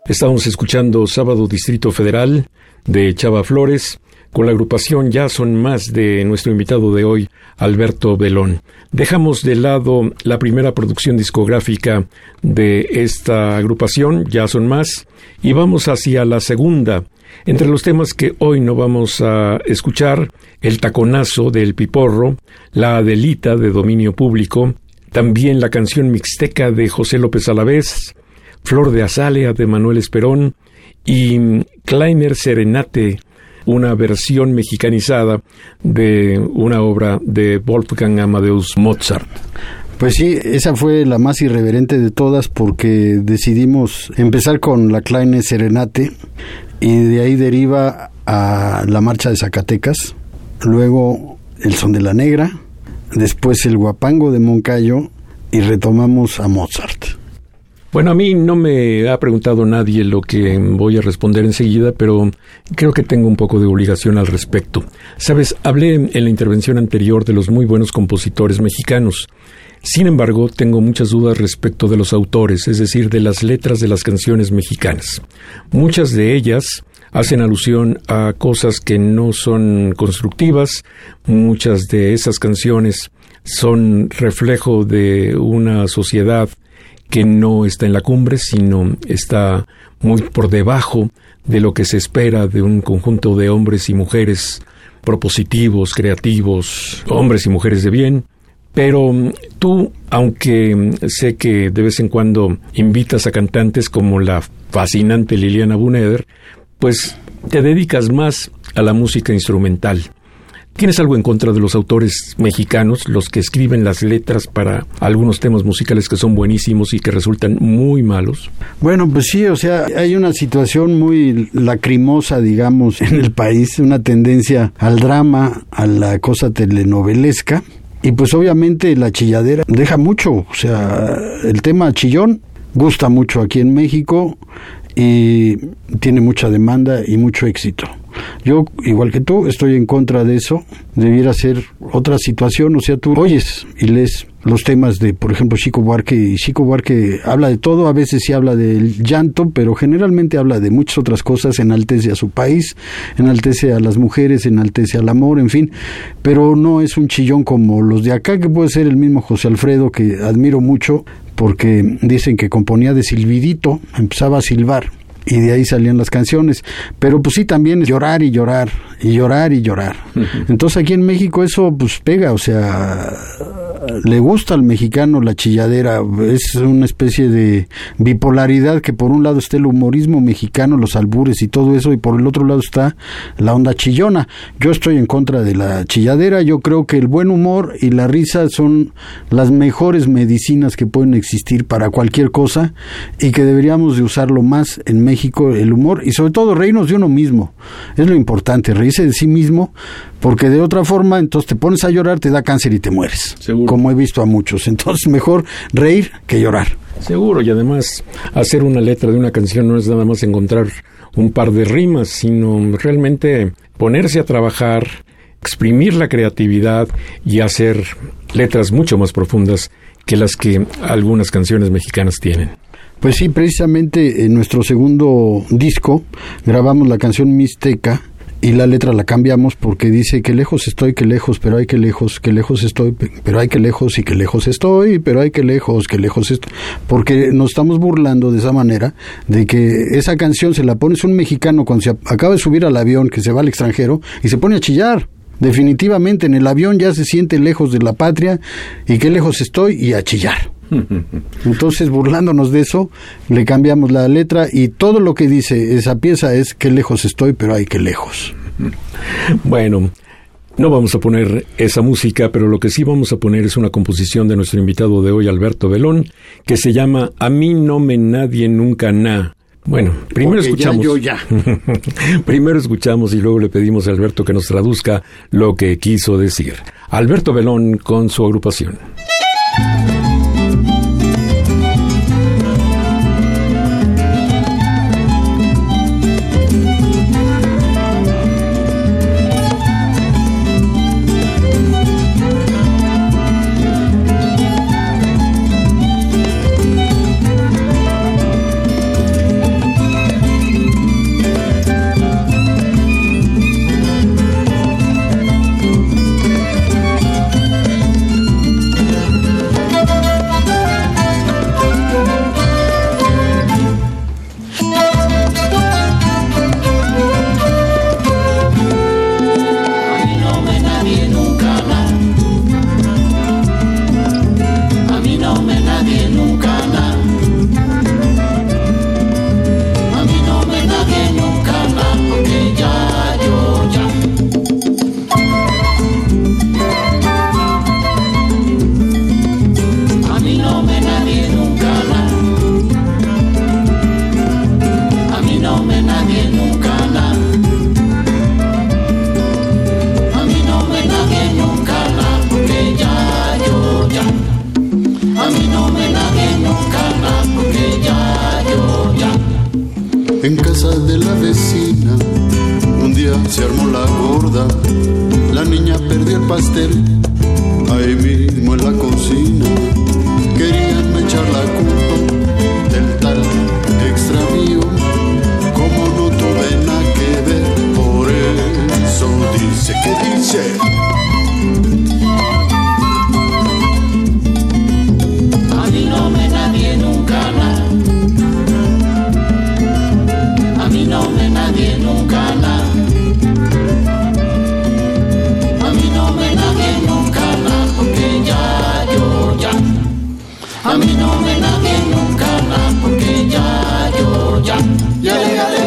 Estamos escuchando Sábado Distrito Federal de Chava Flores, con la agrupación Ya Son Más de nuestro invitado de hoy, Alberto Belón. Dejamos de lado la primera producción discográfica de esta agrupación, Ya Son Más, y vamos hacia la segunda. Entre los temas que hoy no vamos a escuchar, El Taconazo del Piporro, La Adelita de dominio público, también la canción mixteca de José López Alavés, Flor de Azalea de Manuel Esperón y Kleiner Serenate, una versión mexicanizada de una obra de Wolfgang Amadeus Mozart. Pues sí, esa fue la más irreverente de todas porque decidimos empezar con la Kleiner Serenate y de ahí deriva a la Marcha de Zacatecas, luego el Son de la Negra, después el Guapango de Moncayo y retomamos a Mozart. Bueno, a mí no me ha preguntado nadie lo que voy a responder enseguida, pero creo que tengo un poco de obligación al respecto. Sabes, hablé en la intervención anterior de los muy buenos compositores mexicanos. Sin embargo, tengo muchas dudas respecto de los autores, es decir, de las letras de las canciones mexicanas. Muchas de ellas hacen alusión a cosas que no son constructivas. Muchas de esas canciones son reflejo de una sociedad que no está en la cumbre, sino está muy por debajo de lo que se espera de un conjunto de hombres y mujeres propositivos, creativos, hombres y mujeres de bien. Pero tú, aunque sé que de vez en cuando invitas a cantantes como la fascinante Liliana Buneder, pues te dedicas más a la música instrumental. ¿Tienes algo en contra de los autores mexicanos, los que escriben las letras para algunos temas musicales que son buenísimos y que resultan muy malos? Bueno, pues sí, o sea, hay una situación muy lacrimosa, digamos, en el país, una tendencia al drama, a la cosa telenovelesca, y pues obviamente la chilladera deja mucho, o sea, el tema chillón gusta mucho aquí en México y tiene mucha demanda y mucho éxito. Yo, igual que tú, estoy en contra de eso. Debiera ser otra situación. O sea, tú oyes y lees los temas de, por ejemplo, Chico Buarque, y Chico Buarque habla de todo. A veces sí habla del llanto, pero generalmente habla de muchas otras cosas. Enaltece a su país, enaltece a las mujeres, enaltece al amor, en fin. Pero no es un chillón como los de acá, que puede ser el mismo José Alfredo, que admiro mucho, porque dicen que componía de silbidito, empezaba a silbar, y de ahí salían las canciones. Pero pues sí, también es llorar y llorar, y llorar y llorar. Uh-huh. Entonces aquí en México eso pues pega, o sea, le gusta al mexicano la chilladera. Es una especie de bipolaridad, que por un lado está el humorismo mexicano, los albures y todo eso, y por el otro lado está la onda chillona. Yo estoy en contra de la chilladera. Yo creo que el buen humor y la risa son las mejores medicinas que pueden existir para cualquier cosa, y que deberíamos de usarlo más en México, el humor, y sobre todo reírnos de uno mismo. Es lo importante, reírse de sí mismo, porque de otra forma entonces te pones a llorar, te da cáncer y te mueres. Seguro. Como he visto a muchos. Entonces mejor reír que llorar. Seguro, y además hacer una letra de una canción no es nada más encontrar un par de rimas, sino realmente ponerse a trabajar, exprimir la creatividad y hacer letras mucho más profundas que las que algunas canciones mexicanas tienen. Pues sí, precisamente en nuestro segundo disco grabamos la canción Mixteca y la letra la cambiamos porque dice que lejos estoy, que lejos, pero hay que lejos, que lejos estoy, pero hay que lejos, y que lejos estoy, pero hay que lejos, que lejos estoy. Porque nos estamos burlando de esa manera, de que esa canción se la pones a un mexicano cuando se acaba de subir al avión, que se va al extranjero, y se pone a chillar. Definitivamente en el avión ya se siente lejos de la patria, y que lejos estoy, y a chillar. Entonces, burlándonos de eso, le cambiamos la letra, y todo lo que dice esa pieza es que lejos estoy, pero hay que lejos. Bueno, no vamos a poner esa música, pero lo que sí vamos a poner es una composición de nuestro invitado de hoy, Alberto Belón, que se llama A mí no me nadie nunca na. Bueno, primero Porque escuchamos. Ya, yo ya. Primero escuchamos y luego le pedimos a Alberto que nos traduzca lo que quiso decir. Alberto Belón con su agrupación. en casa de la vecina. Un día se armó la gorda, la niña perdió el pastel, ahí mismo en la cocina. Querían echar la culpa del tal extravío, como no tuve nada que ver, por eso dice que dice. A mí no me nadie nunca nada, a mí no me nadie nunca nada, a mí no me nadie nunca nada, porque ya yo ya. A mí no me nadie nunca nada, porque ya yo ya. Ya le galé,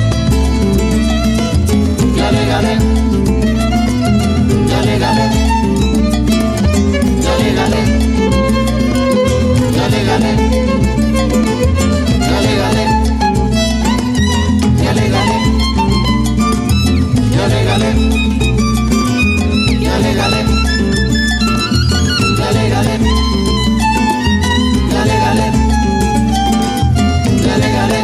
ya le galé, ya le galé, ya le galé, ya le galé, ya le galé, ya le galé, ya le galé, ya le galé, ya le galé. Ya le galé, ya le galé.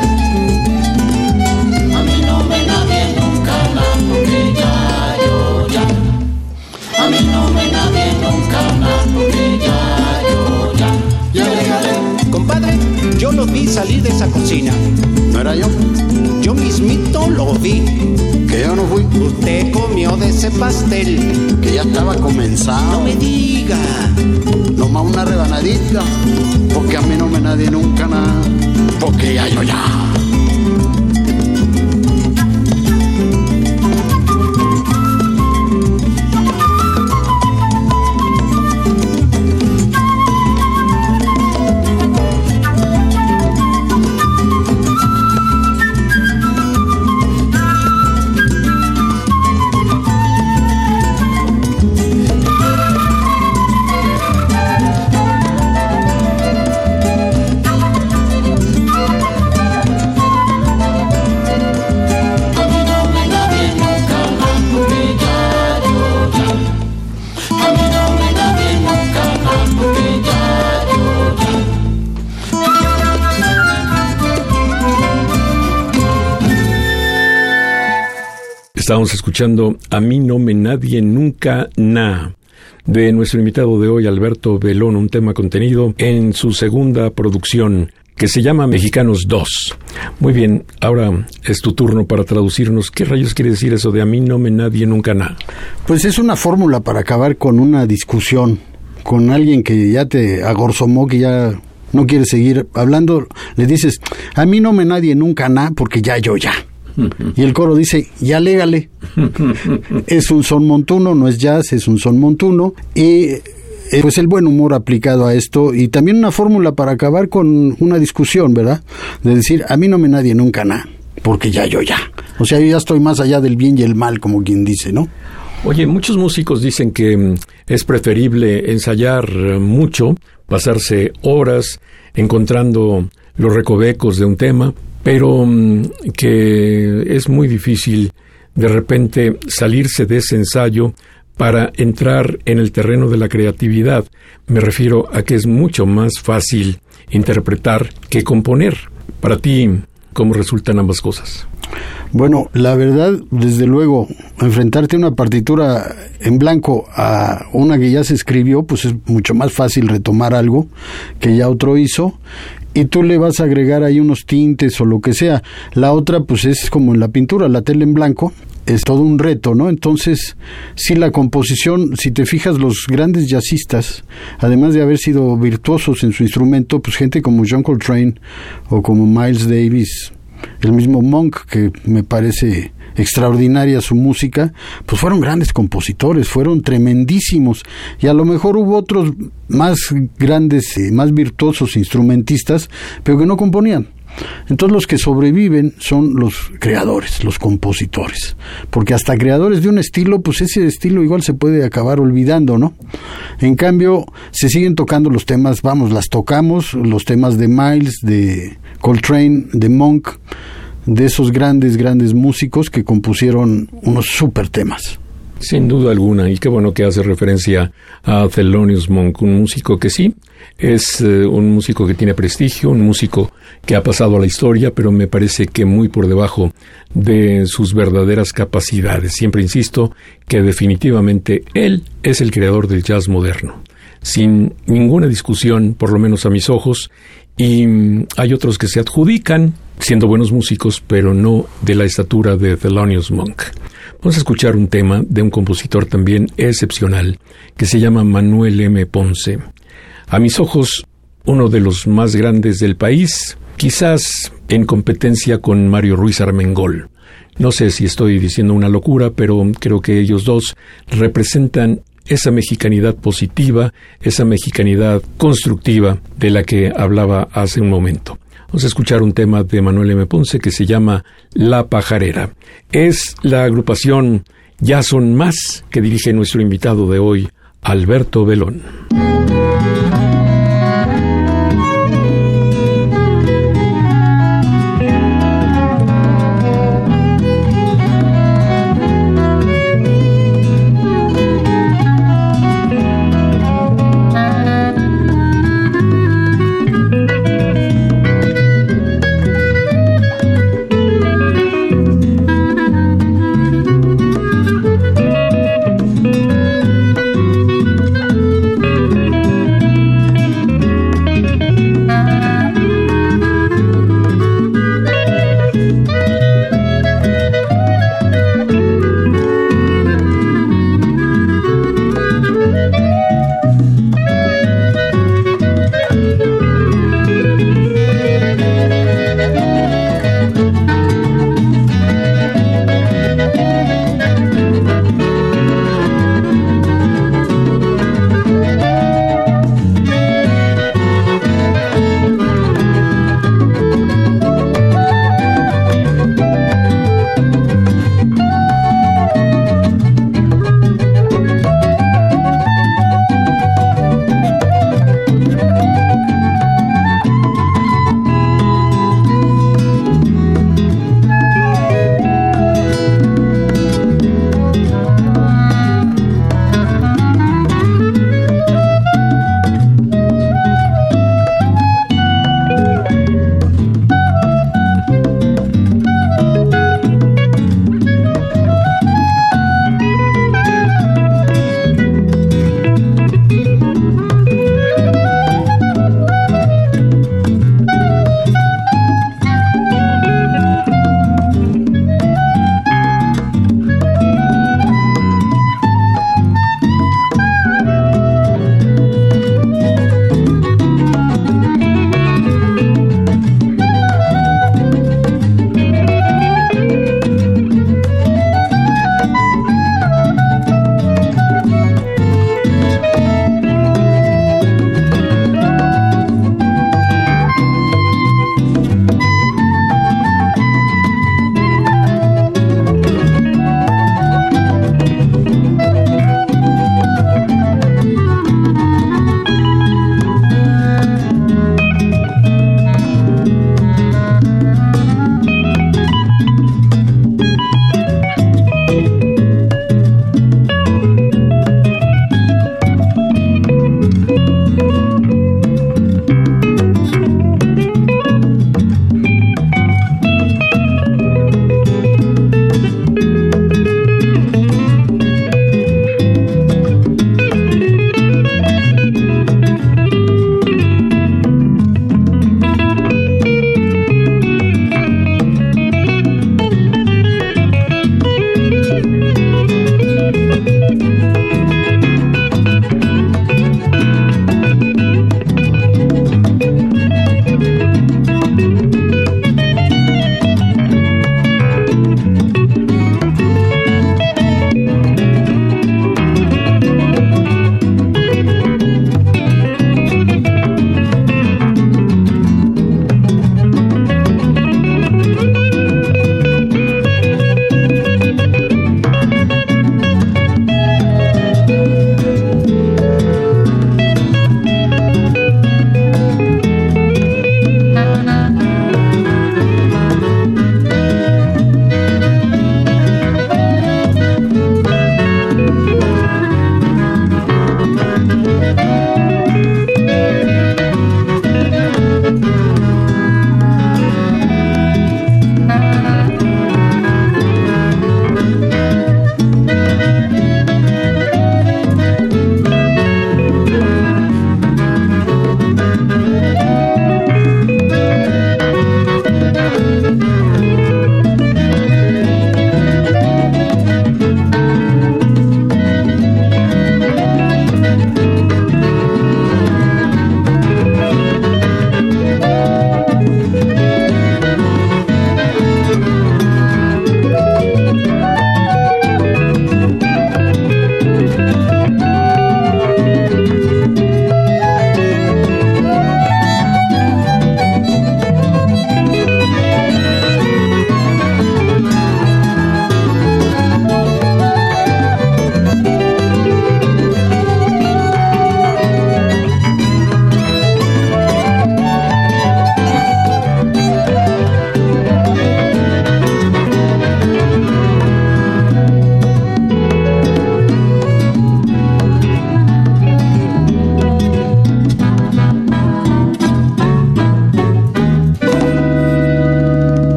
A mí no me nadie nunca nada, porque ya yo ya. A mí no me nadie nunca nada, porque ya yo ya. Ya le galé. Compadre, yo lo vi salir de esa cocina. ¿No era yo? Yo mismito lo vi. Que yo no fui. Usted comió de ese pastel. Que ya estaba comenzado. No me diga. Nomás una rebanadita, porque a mí no me nadie nunca nada, porque ya yo ya. Estamos escuchando A mí no me nadie nunca na, de nuestro invitado de hoy, Alberto Belón, un tema contenido en su segunda producción, que se llama Mexicanos dos. Muy bien, ahora es tu turno para traducirnos. ¿Qué rayos quiere decir eso de A mí no me nadie nunca na? Pues es una fórmula para acabar con una discusión, con alguien que ya te agorzomó, que ya no quiere seguir hablando. Le dices, a mí no me nadie nunca na, porque ya yo ya. Y el coro dice, ya légale. Es un son montuno, no es jazz, es un son montuno. Y pues el buen humor aplicado a esto, y también una fórmula para acabar con una discusión, ¿verdad? De decir, a mí no me nadie nunca na, porque ya yo ya. O sea, yo ya estoy más allá del bien y el mal, como quien dice, ¿no? Oye, muchos músicos dicen que es preferible ensayar mucho, pasarse horas encontrando los recovecos de un tema, pero que es muy difícil de repente salirse de ese ensayo para entrar en el terreno de la creatividad. Me refiero a que es mucho más fácil interpretar que componer. Para ti, ¿cómo resultan ambas cosas? Bueno, la verdad, desde luego, enfrentarte a una partitura en blanco a una que ya se escribió, pues es mucho más fácil retomar algo que ya otro hizo, y tú le vas a agregar ahí unos tintes o lo que sea. La otra, pues es como en la pintura, la tela en blanco, es todo un reto, ¿no? Entonces, sí, la composición, si te fijas, los grandes jazzistas, además de haber sido virtuosos en su instrumento, pues gente como John Coltrane o como Miles Davis, el mismo Monk, que me parece extraordinaria su música, pues fueron grandes compositores, fueron tremendísimos, y a lo mejor hubo otros más grandes, eh, más virtuosos instrumentistas, pero que no componían. Entonces los que sobreviven son los creadores, los compositores, porque hasta creadores de un estilo, pues ese estilo igual se puede acabar olvidando, ¿no? En cambio, se siguen tocando los temas, vamos, las tocamos, los temas de Miles, de Coltrane, de Monk, de esos grandes, grandes músicos que compusieron unos súper temas. Sin duda alguna, y qué bueno que hace referencia a Thelonious Monk, un músico que sí, es eh, un músico que tiene prestigio, un músico que ha pasado a la historia, pero me parece que muy por debajo de sus verdaderas capacidades. Siempre insisto que definitivamente él es el creador del jazz moderno, sin ninguna discusión, por lo menos a mis ojos, y mm, hay otros que se adjudican siendo buenos músicos, pero no de la estatura de Thelonious Monk. Vamos a escuchar un tema de un compositor también excepcional, que se llama Manuel M. Ponce. A mis ojos, uno de los más grandes del país, quizás en competencia con Mario Ruiz Armengol. No sé si estoy diciendo una locura, pero creo que ellos dos representan esa mexicanidad positiva, esa mexicanidad constructiva de la que hablaba hace un momento. Vamos a escuchar un tema de Manuel M. Ponce que se llama La Pajarera. Es la agrupación Ya Son Más que dirige nuestro invitado de hoy, Alberto Belón. Thank you.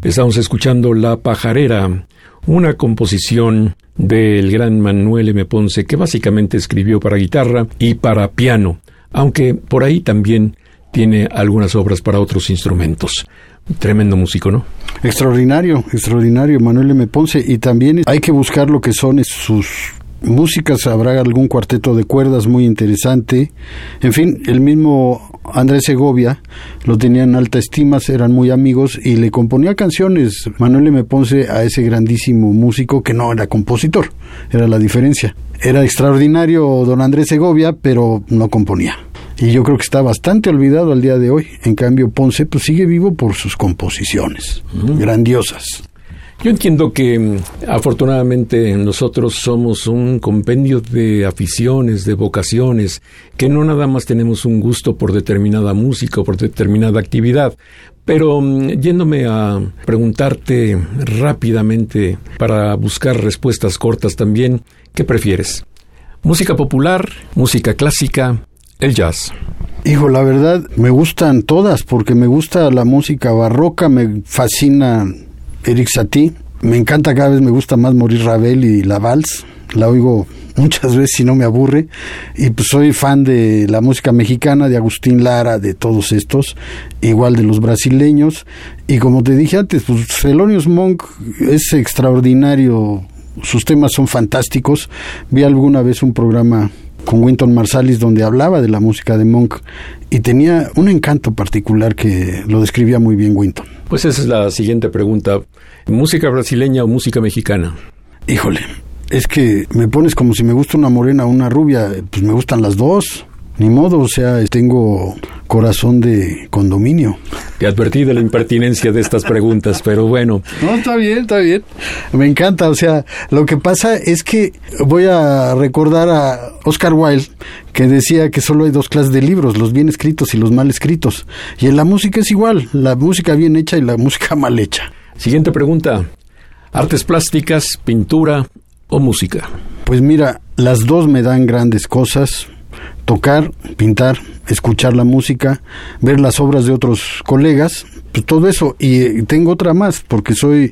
Estamos escuchando La Pajarera, una composición del gran Manuel M. Ponce que básicamente escribió para guitarra y para piano, aunque por ahí también tiene algunas obras para otros instrumentos. Tremendo músico, ¿no? Extraordinario, extraordinario Manuel M. Ponce, y también hay que buscar lo que son sus músicas. Habrá algún cuarteto de cuerdas muy interesante. En fin, el mismo Andrés Segovia lo tenía en alta estima, eran muy amigos y le componía canciones Manuel M. Ponce a ese grandísimo músico que no era compositor, era la diferencia. Era extraordinario don Andrés Segovia, pero no componía. Y yo creo que está bastante olvidado al día de hoy. En cambio, Ponce pues sigue vivo por sus composiciones mm. grandiosas. Yo entiendo que afortunadamente nosotros somos un compendio de aficiones, de vocaciones, que no nada más tenemos un gusto por determinada música o por determinada actividad. Pero yéndome a preguntarte rápidamente para buscar respuestas cortas también, ¿qué prefieres? ¿Música popular, música clásica, el jazz? Hijo, la verdad, me gustan todas, porque me gusta la música barroca, me fascina Erik Satie, me encanta, cada vez me gusta más Maurice Ravel y la vals, la oigo muchas veces y no me aburre, y pues soy fan de la música mexicana, de Agustín Lara, de todos estos, igual de los brasileños, y como te dije antes, pues Thelonious Monk es extraordinario, sus temas son fantásticos. Vi alguna vez un programa con Wynton Marsalis donde hablaba de la música de Monk y tenía un encanto particular que lo describía muy bien Wynton. Pues esa es la siguiente pregunta. ¿Música brasileña o música mexicana? Híjole, es que me pones como si me gusta una morena o una rubia, pues me gustan las dos. Ni modo, o sea, tengo corazón de condominio. Te advertí de la impertinencia de estas preguntas, pero bueno. No, está bien, está bien. Me encanta, o sea, lo que pasa es que voy a recordar a Oscar Wilde, que decía que solo hay dos clases de libros, los bien escritos y los mal escritos. Y en la música es igual, la música bien hecha y la música mal hecha. Siguiente pregunta. ¿Artes plásticas, pintura o música? Pues mira, las dos me dan grandes cosas. Tocar, pintar, escuchar la música, ver las obras de otros colegas, pues todo eso. Y tengo otra más, porque soy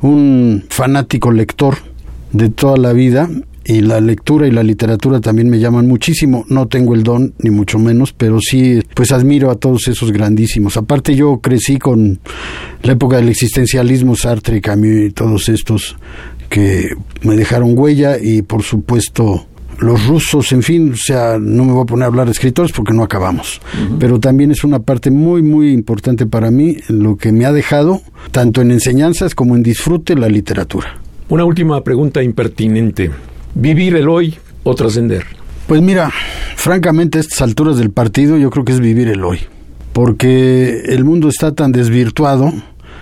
un fanático lector de toda la vida, y la lectura y la literatura también me llaman muchísimo. No tengo el don, ni mucho menos, pero sí, pues admiro a todos esos grandísimos. Aparte, yo crecí con la época del existencialismo, Sartre, Camus y todos estos que me dejaron huella, y por supuesto los rusos, en fin, o sea, no me voy a poner a hablar de escritores porque no acabamos. Uh-huh. Pero también es una parte muy, muy importante para mí, lo que me ha dejado, tanto en enseñanzas como en disfrute, la literatura. Una última pregunta impertinente. ¿Vivir el hoy o trascender? Pues mira, francamente, a estas alturas del partido yo creo que es vivir el hoy. Porque el mundo está tan desvirtuado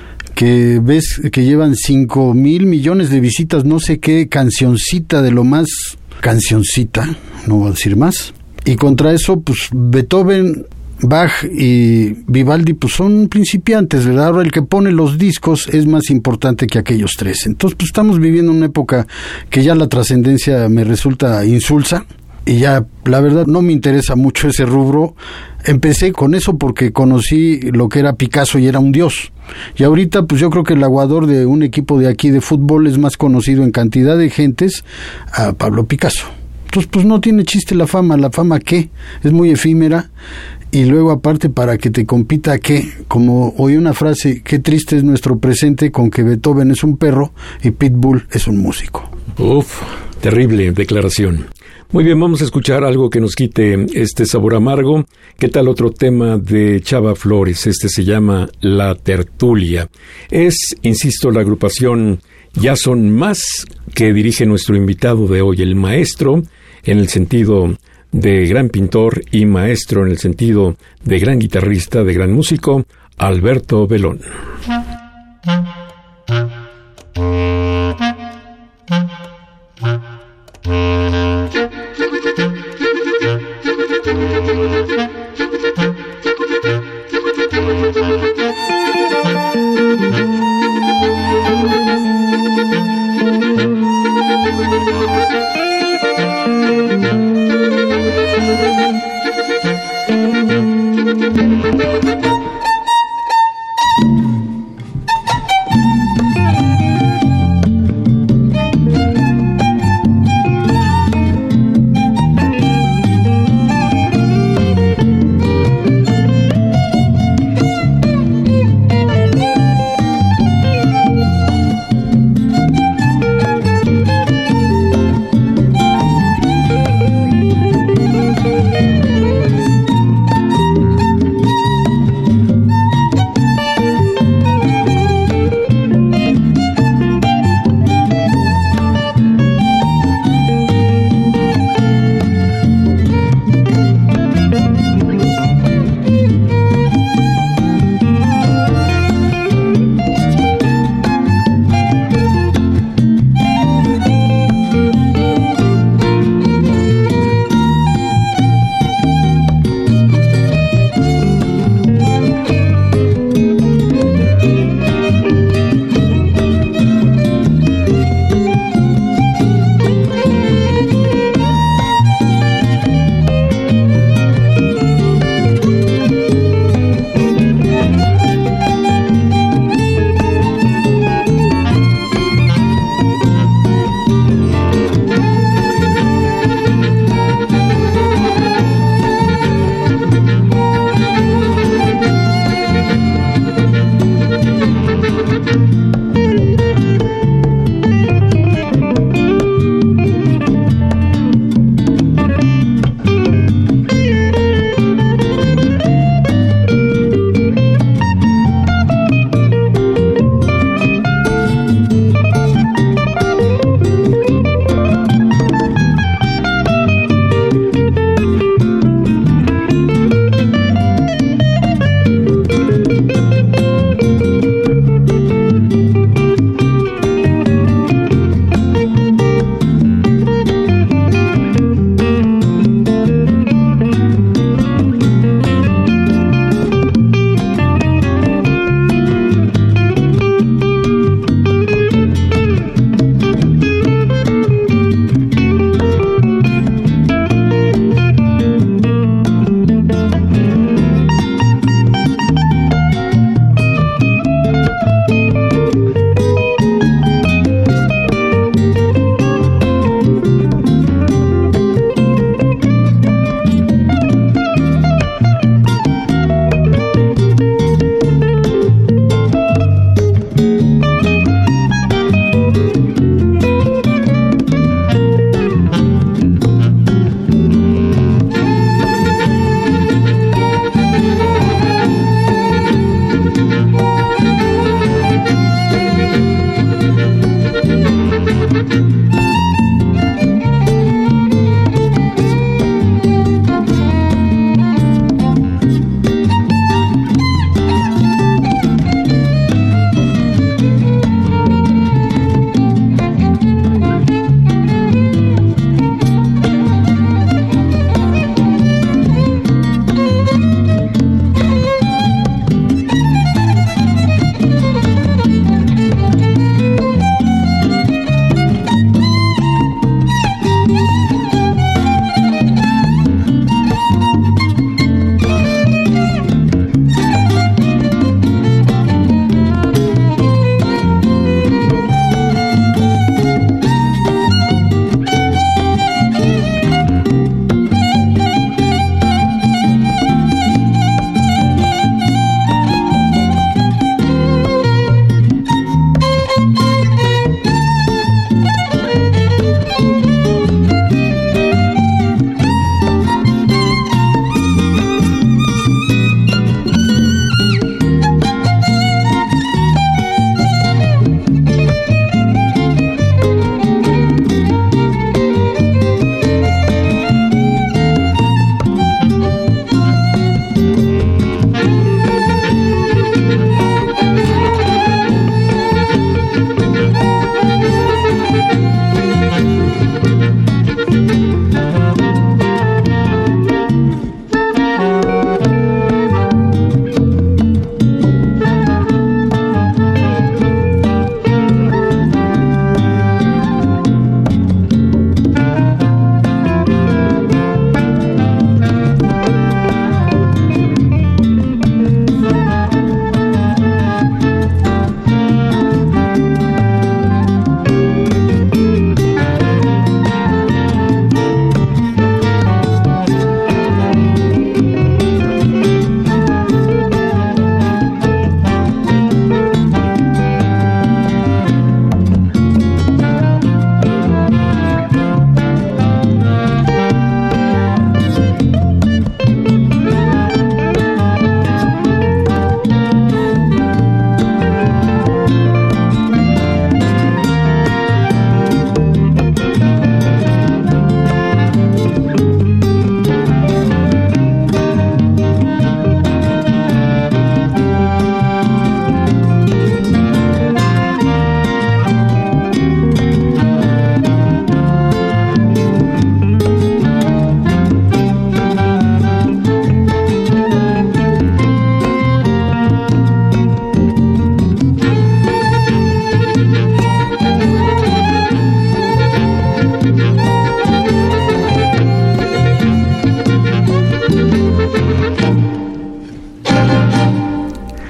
que ves que llevan cinco mil millones de visitas, no sé qué cancioncita de lo más... cancioncita, no voy a decir más, y contra eso pues Beethoven, Bach y Vivaldi pues son principiantes, ¿verdad? Ahora el que pone los discos es más importante que aquellos tres. Entonces pues estamos viviendo una época que ya la trascendencia me resulta insulsa, y ya la verdad no me interesa mucho ese rubro. Empecé con eso porque conocí lo que era Picasso y era un dios, y ahorita pues yo creo que el aguador de un equipo de aquí de fútbol es más conocido en cantidad de gentes a Pablo Picasso. Entonces pues no tiene chiste la fama. ¿La fama qué? Es muy efímera, y luego aparte para que te compita qué, como oí una frase, qué triste es nuestro presente con que Beethoven es un perro y Pitbull es un músico. Uf, terrible declaración. Muy bien, vamos a escuchar algo que nos quite este sabor amargo. ¿Qué tal otro tema de Chava Flores? Este se llama La Tertulia. Es, insisto, la agrupación Ya Son Más que dirige nuestro invitado de hoy, el maestro, en el sentido de gran pintor, y maestro en el sentido de gran guitarrista, de gran músico, Alberto Belón.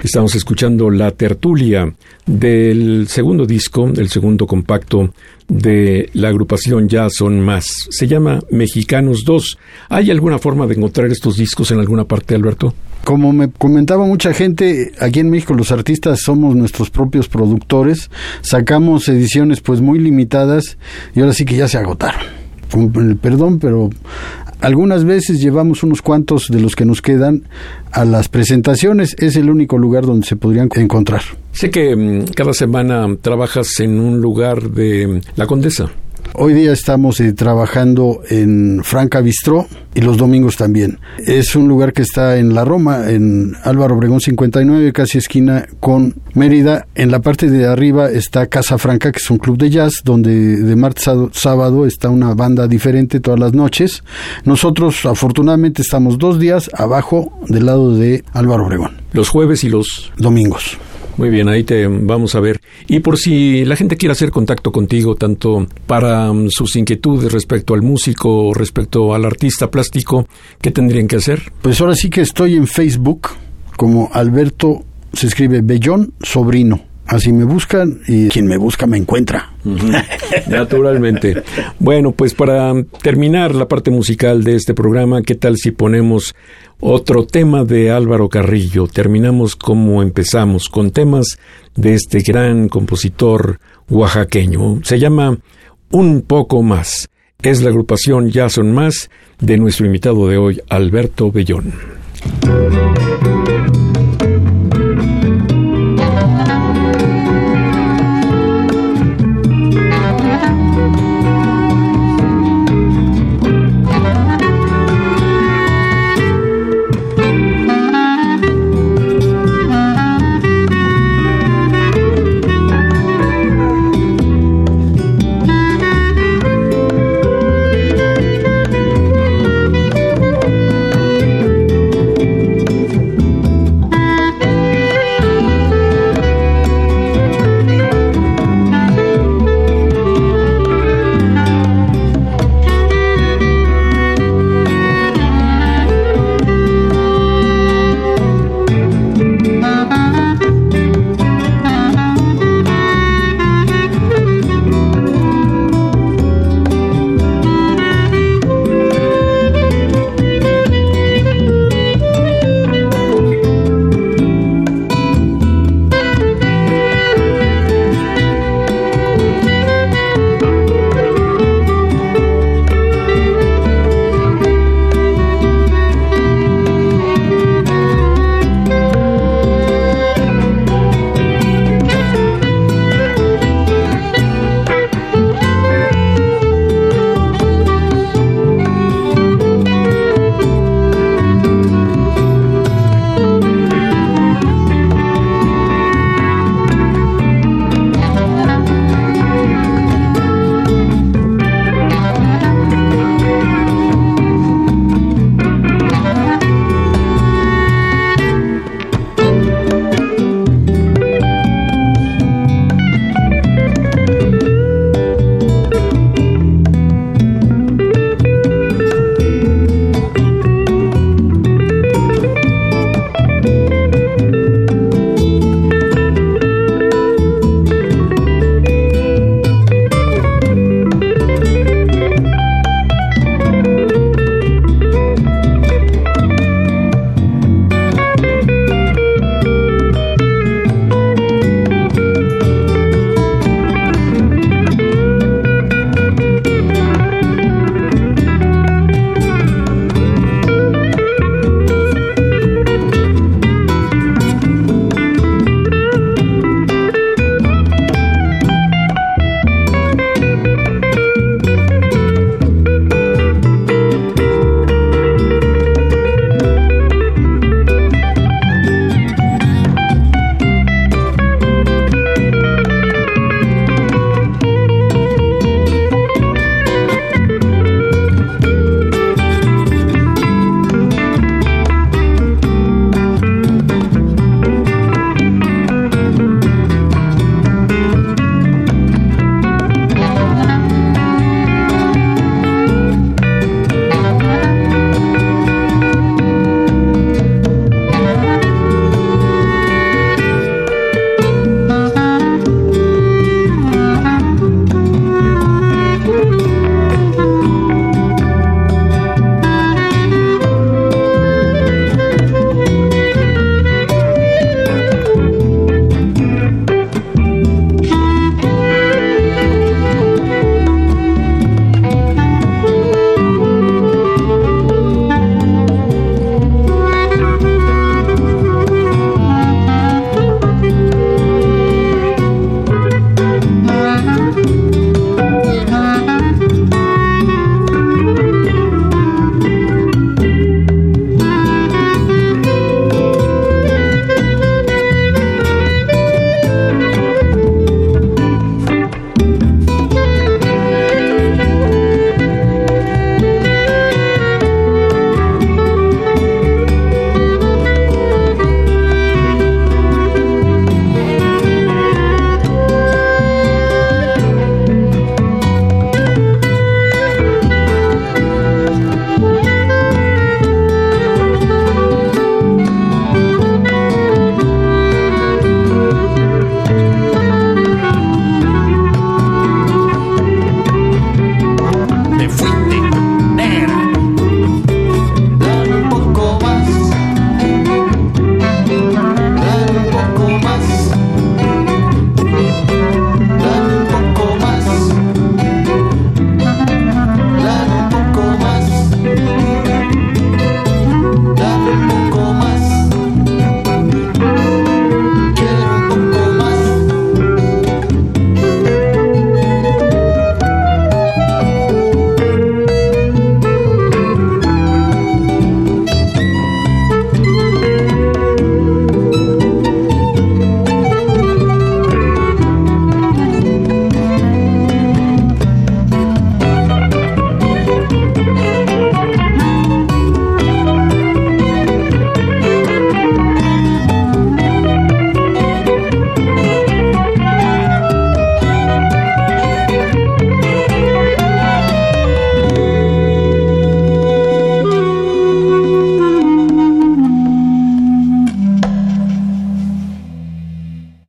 Estamos escuchando La Tertulia del segundo disco, el segundo compacto de la agrupación Ya Son Más. Se llama Mexicanos dos. ¿Hay alguna forma de encontrar estos discos en alguna parte, Alberto? Como me comentaba mucha gente, aquí en México los artistas somos nuestros propios productores. Sacamos ediciones pues muy limitadas y ahora sí que ya se agotaron. Con el perdón, pero algunas veces llevamos unos cuantos de los que nos quedan a las presentaciones. Es el único lugar donde se podrían encontrar. Sé que um, cada semana trabajas en un lugar de La Condesa. Hoy día estamos eh, trabajando en Franca Bistró y los domingos también. Es un lugar que está en la Roma, en Álvaro Obregón cincuenta y nueve, casi esquina con Mérida. En la parte de arriba está Casa Franca, que es un club de jazz, donde de martes a sábado está una banda diferente todas las noches. Nosotros, afortunadamente, estamos dos días abajo del lado de Álvaro Obregón. Los jueves y los domingos. Muy bien, ahí te vamos a ver. Y por si la gente quiere hacer contacto contigo, tanto para um, sus inquietudes respecto al músico, respecto al artista plástico, ¿qué tendrían que hacer? Pues ahora sí que estoy en Facebook como Alberto, se escribe Bellón Sobrino. Así me buscan y quien me busca me encuentra. Uh-huh. Naturalmente. Bueno, pues para terminar la parte musical de este programa, ¿qué tal si ponemos otro tema de Álvaro Carrillo? Terminamos como empezamos, con temas de este gran compositor oaxaqueño. Se llama Un Poco Más. Es la agrupación Ya Son Más de nuestro invitado de hoy, Alberto Bellón.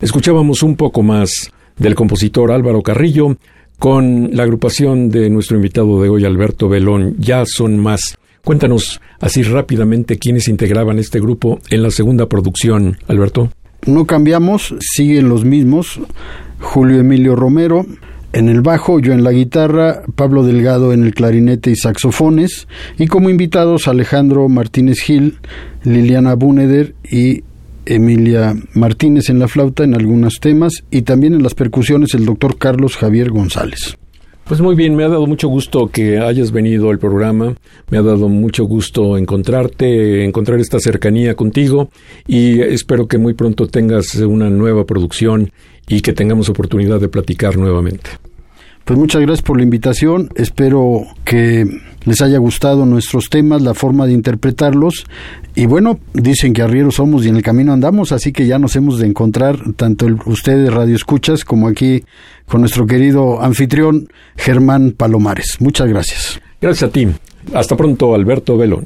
escuchábamos un poco más del compositor Álvaro Carrillo con la agrupación de nuestro invitado de hoy, Alberto Belón, Ya Son Más. Cuéntanos así rápidamente quiénes integraban este grupo en la segunda producción, Alberto. No cambiamos, siguen los mismos. Julio Emilio Romero en el bajo, yo en la guitarra, Pablo Delgado en el clarinete y saxofones, y como invitados Alejandro Martínez Gil, Liliana Buneder y Emilia Martínez en la flauta en algunos temas, y también en las percusiones el doctor Carlos Javier González. Pues muy bien, me ha dado mucho gusto que hayas venido al programa, me ha dado mucho gusto encontrarte, encontrar esta cercanía contigo, y espero que muy pronto tengas una nueva producción y que tengamos oportunidad de platicar nuevamente. Pues muchas gracias por la invitación, espero que les haya gustado nuestros temas, la forma de interpretarlos, y bueno, dicen que arrieros somos y en el camino andamos, así que ya nos hemos de encontrar, tanto el, ustedes radioescuchas, como aquí con nuestro querido anfitrión Germán Palomares. Muchas gracias. Gracias a ti. Hasta pronto, Alberto Belón.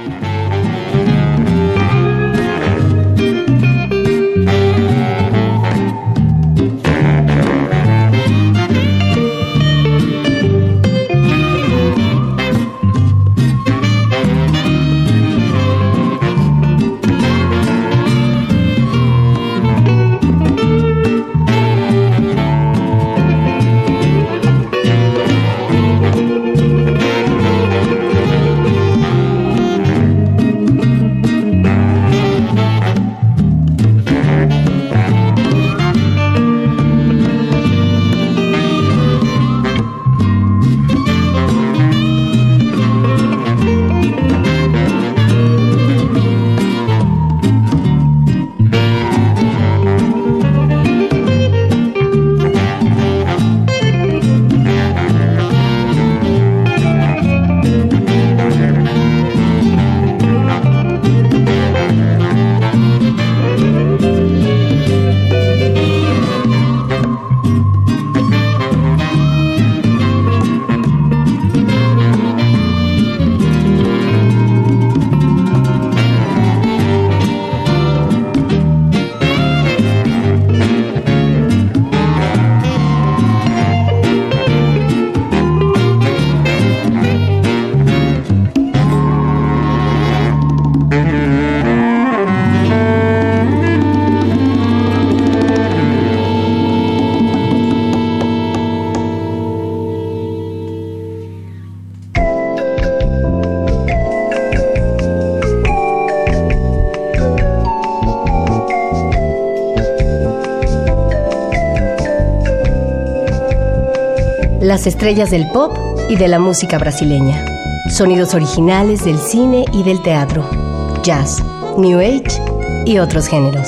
Las estrellas del pop y de la música brasileña. Sonidos originales del cine y del teatro. Jazz, New Age y otros géneros.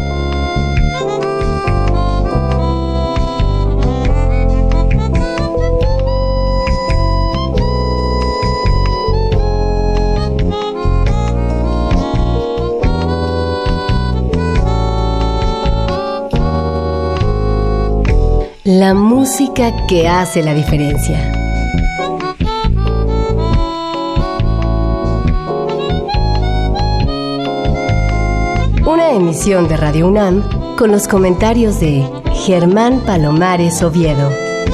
La música que hace la diferencia. Una emisión de Radio UNAM con los comentarios de Germán Palomares Oviedo.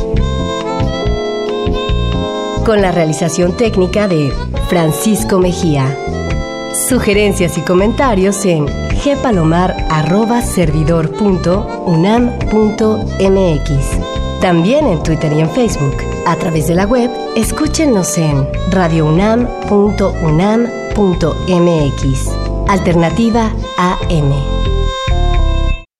Con la realización técnica de Francisco Mejía. Sugerencias y comentarios en gpalomar arroba servidor punto unam punto mx. También en Twitter y en Facebook. A través de la web, escúchenos en radio unam punto unam punto mx. Alternativa A M.